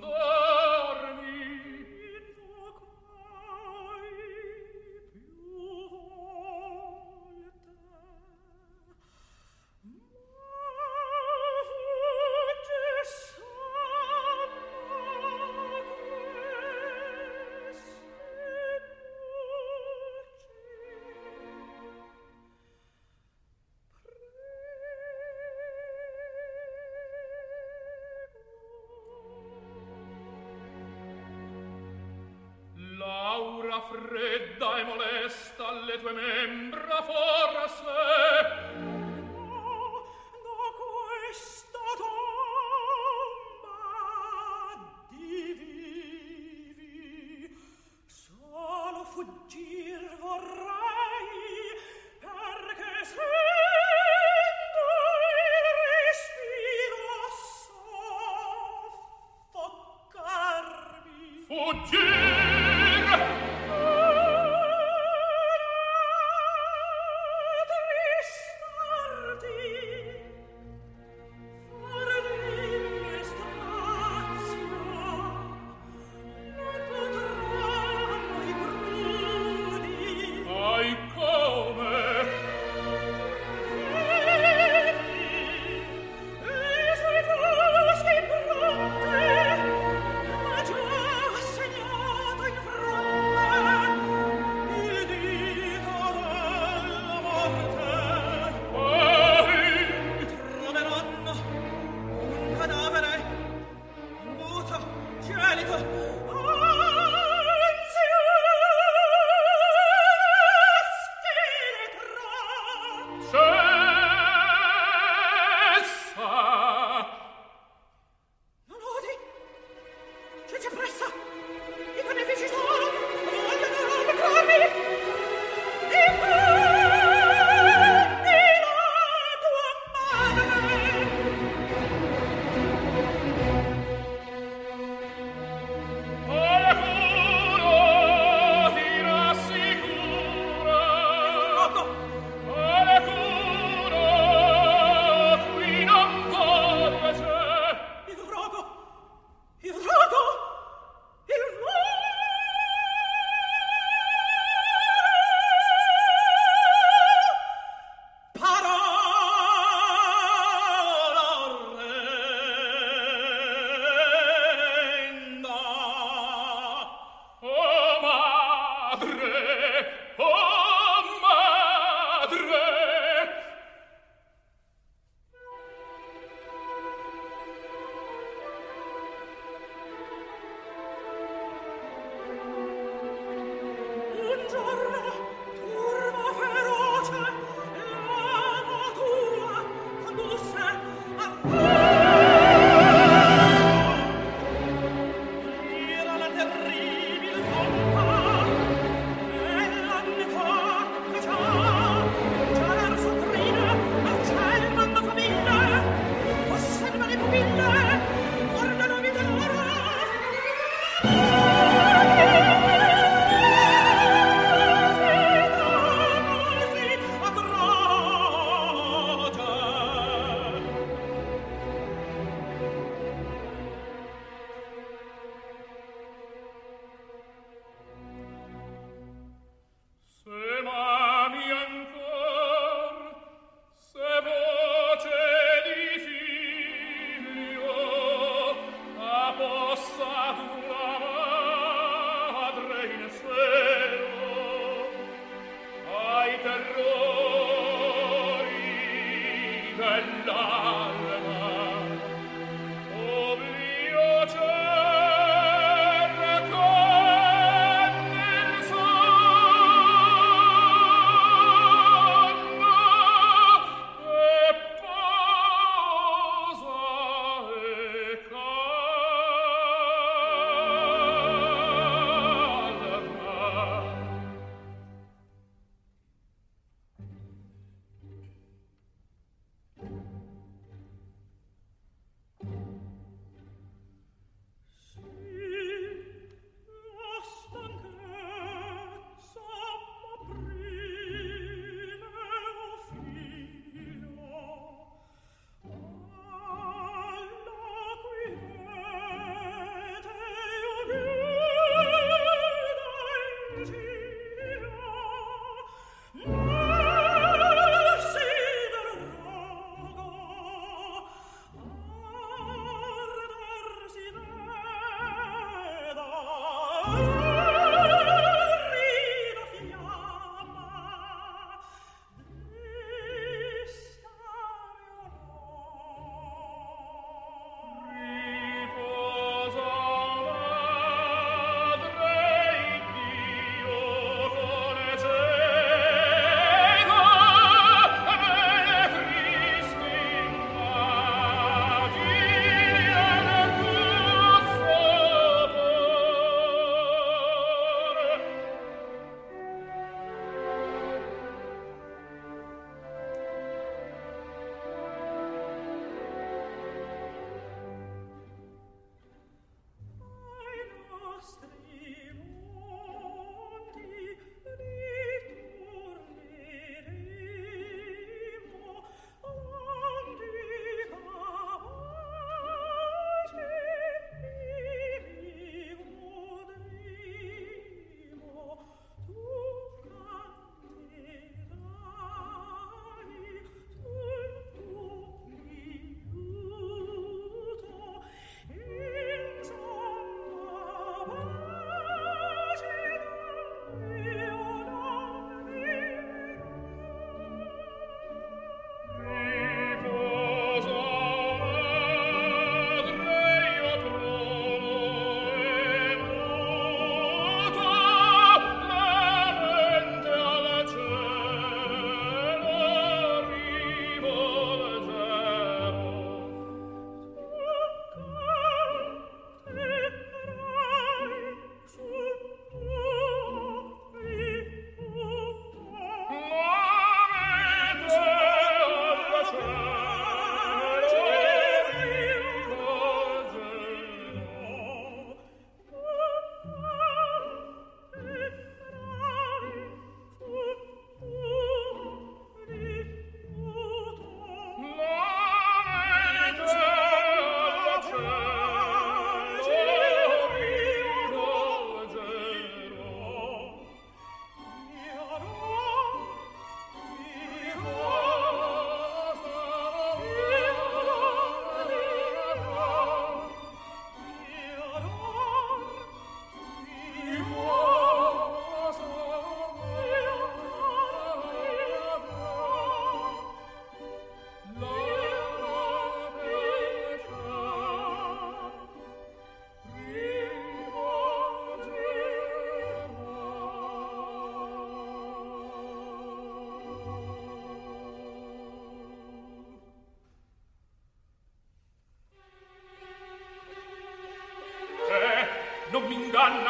dormi, invocai più volte, ma fugge sanno queste l'aura fredda e molesta alle tue membra forse. da questa tomba di vivi solo fuggir vorrei, perché sento il respiro soffocarmi. Fuggir! Trista Era la terribil volontà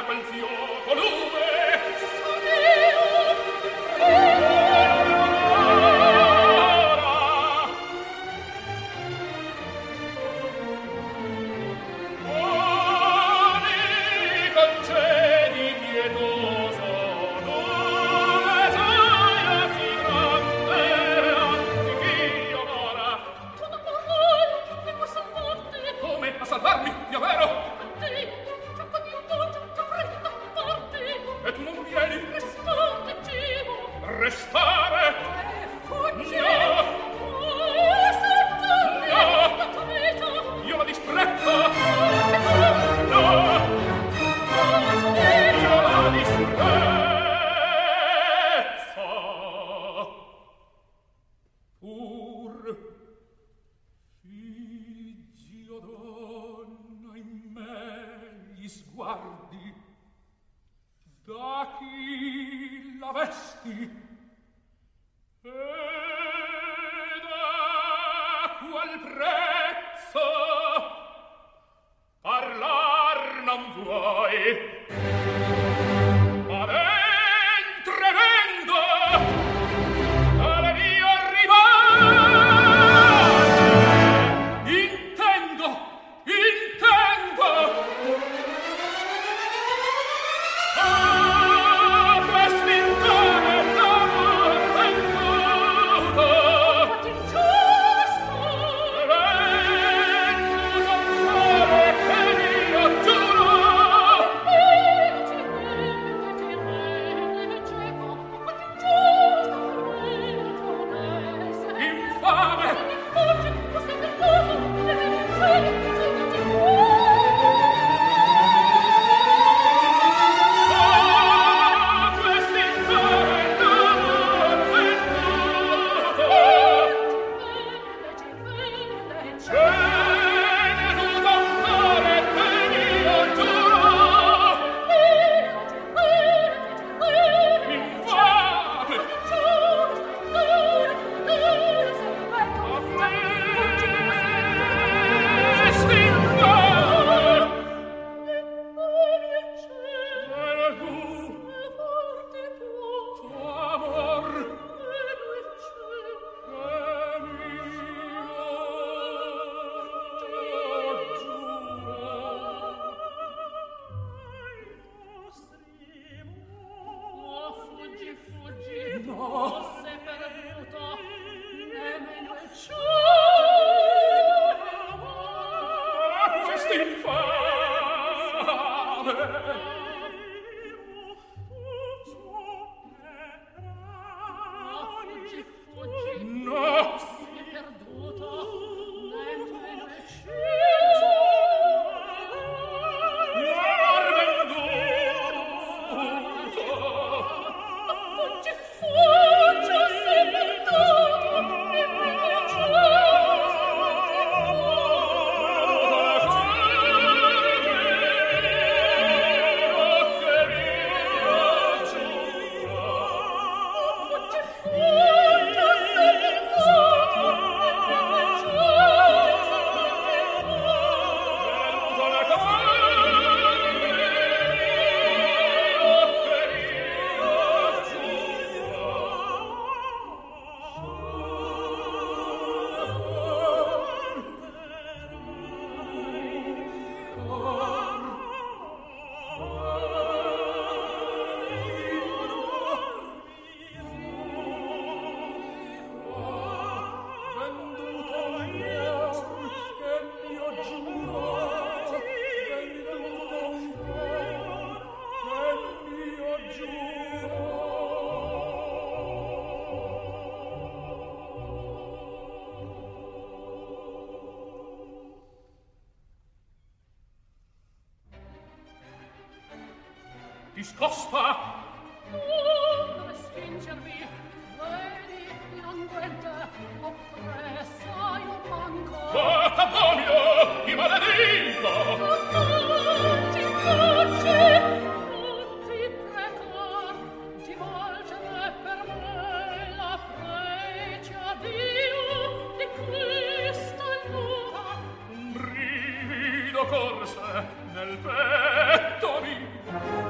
quel fioco lume discosta non respingervi vedi l'anguente oppressa io manco oh t'abbomino ti maledico ti cacci non ti pregar di volgere per me la prece a Dio di questa luna un brivido corse nel petto mio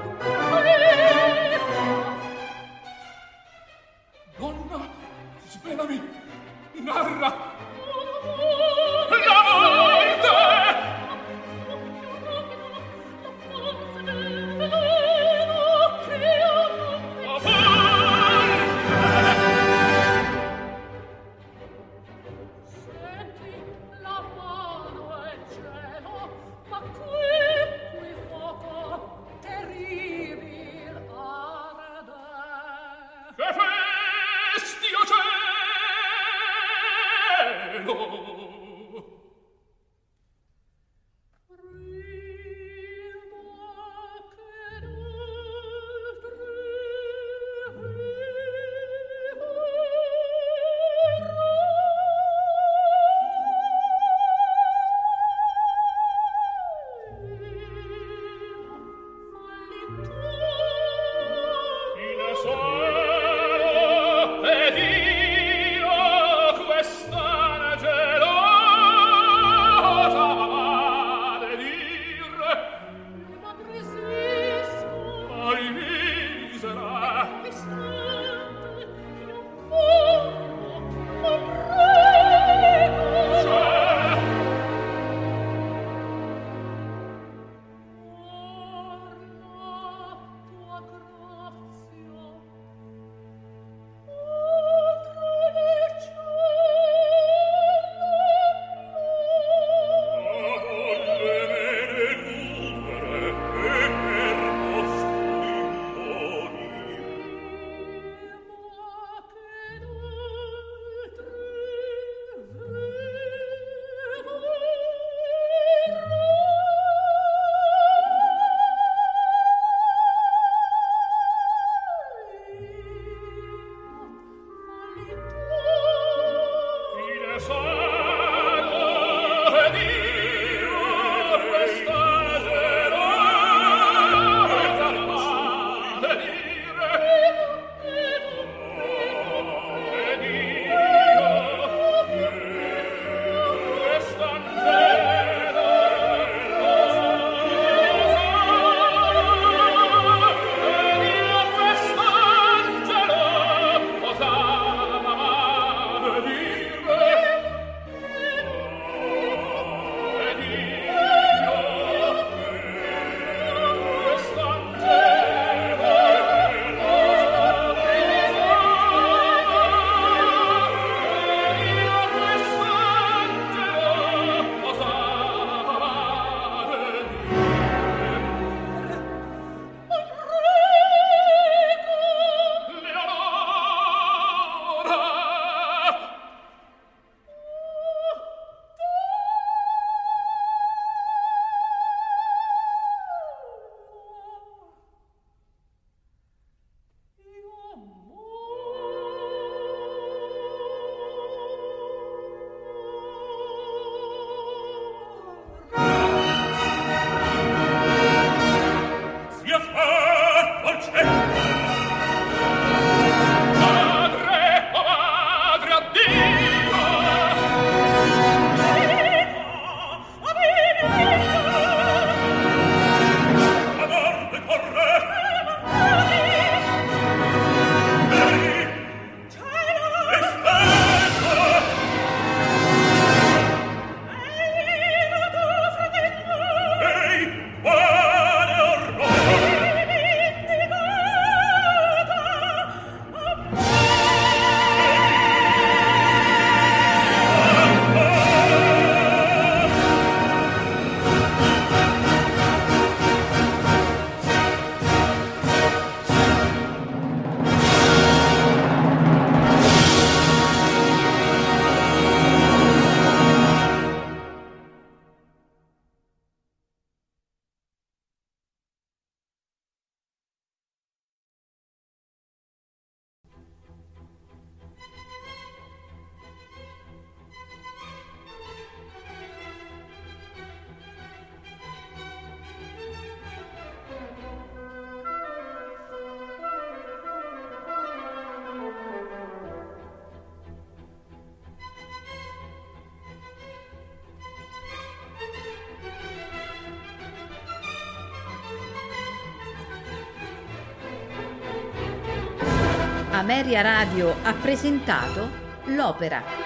Ameria Radio ha presentato l'opera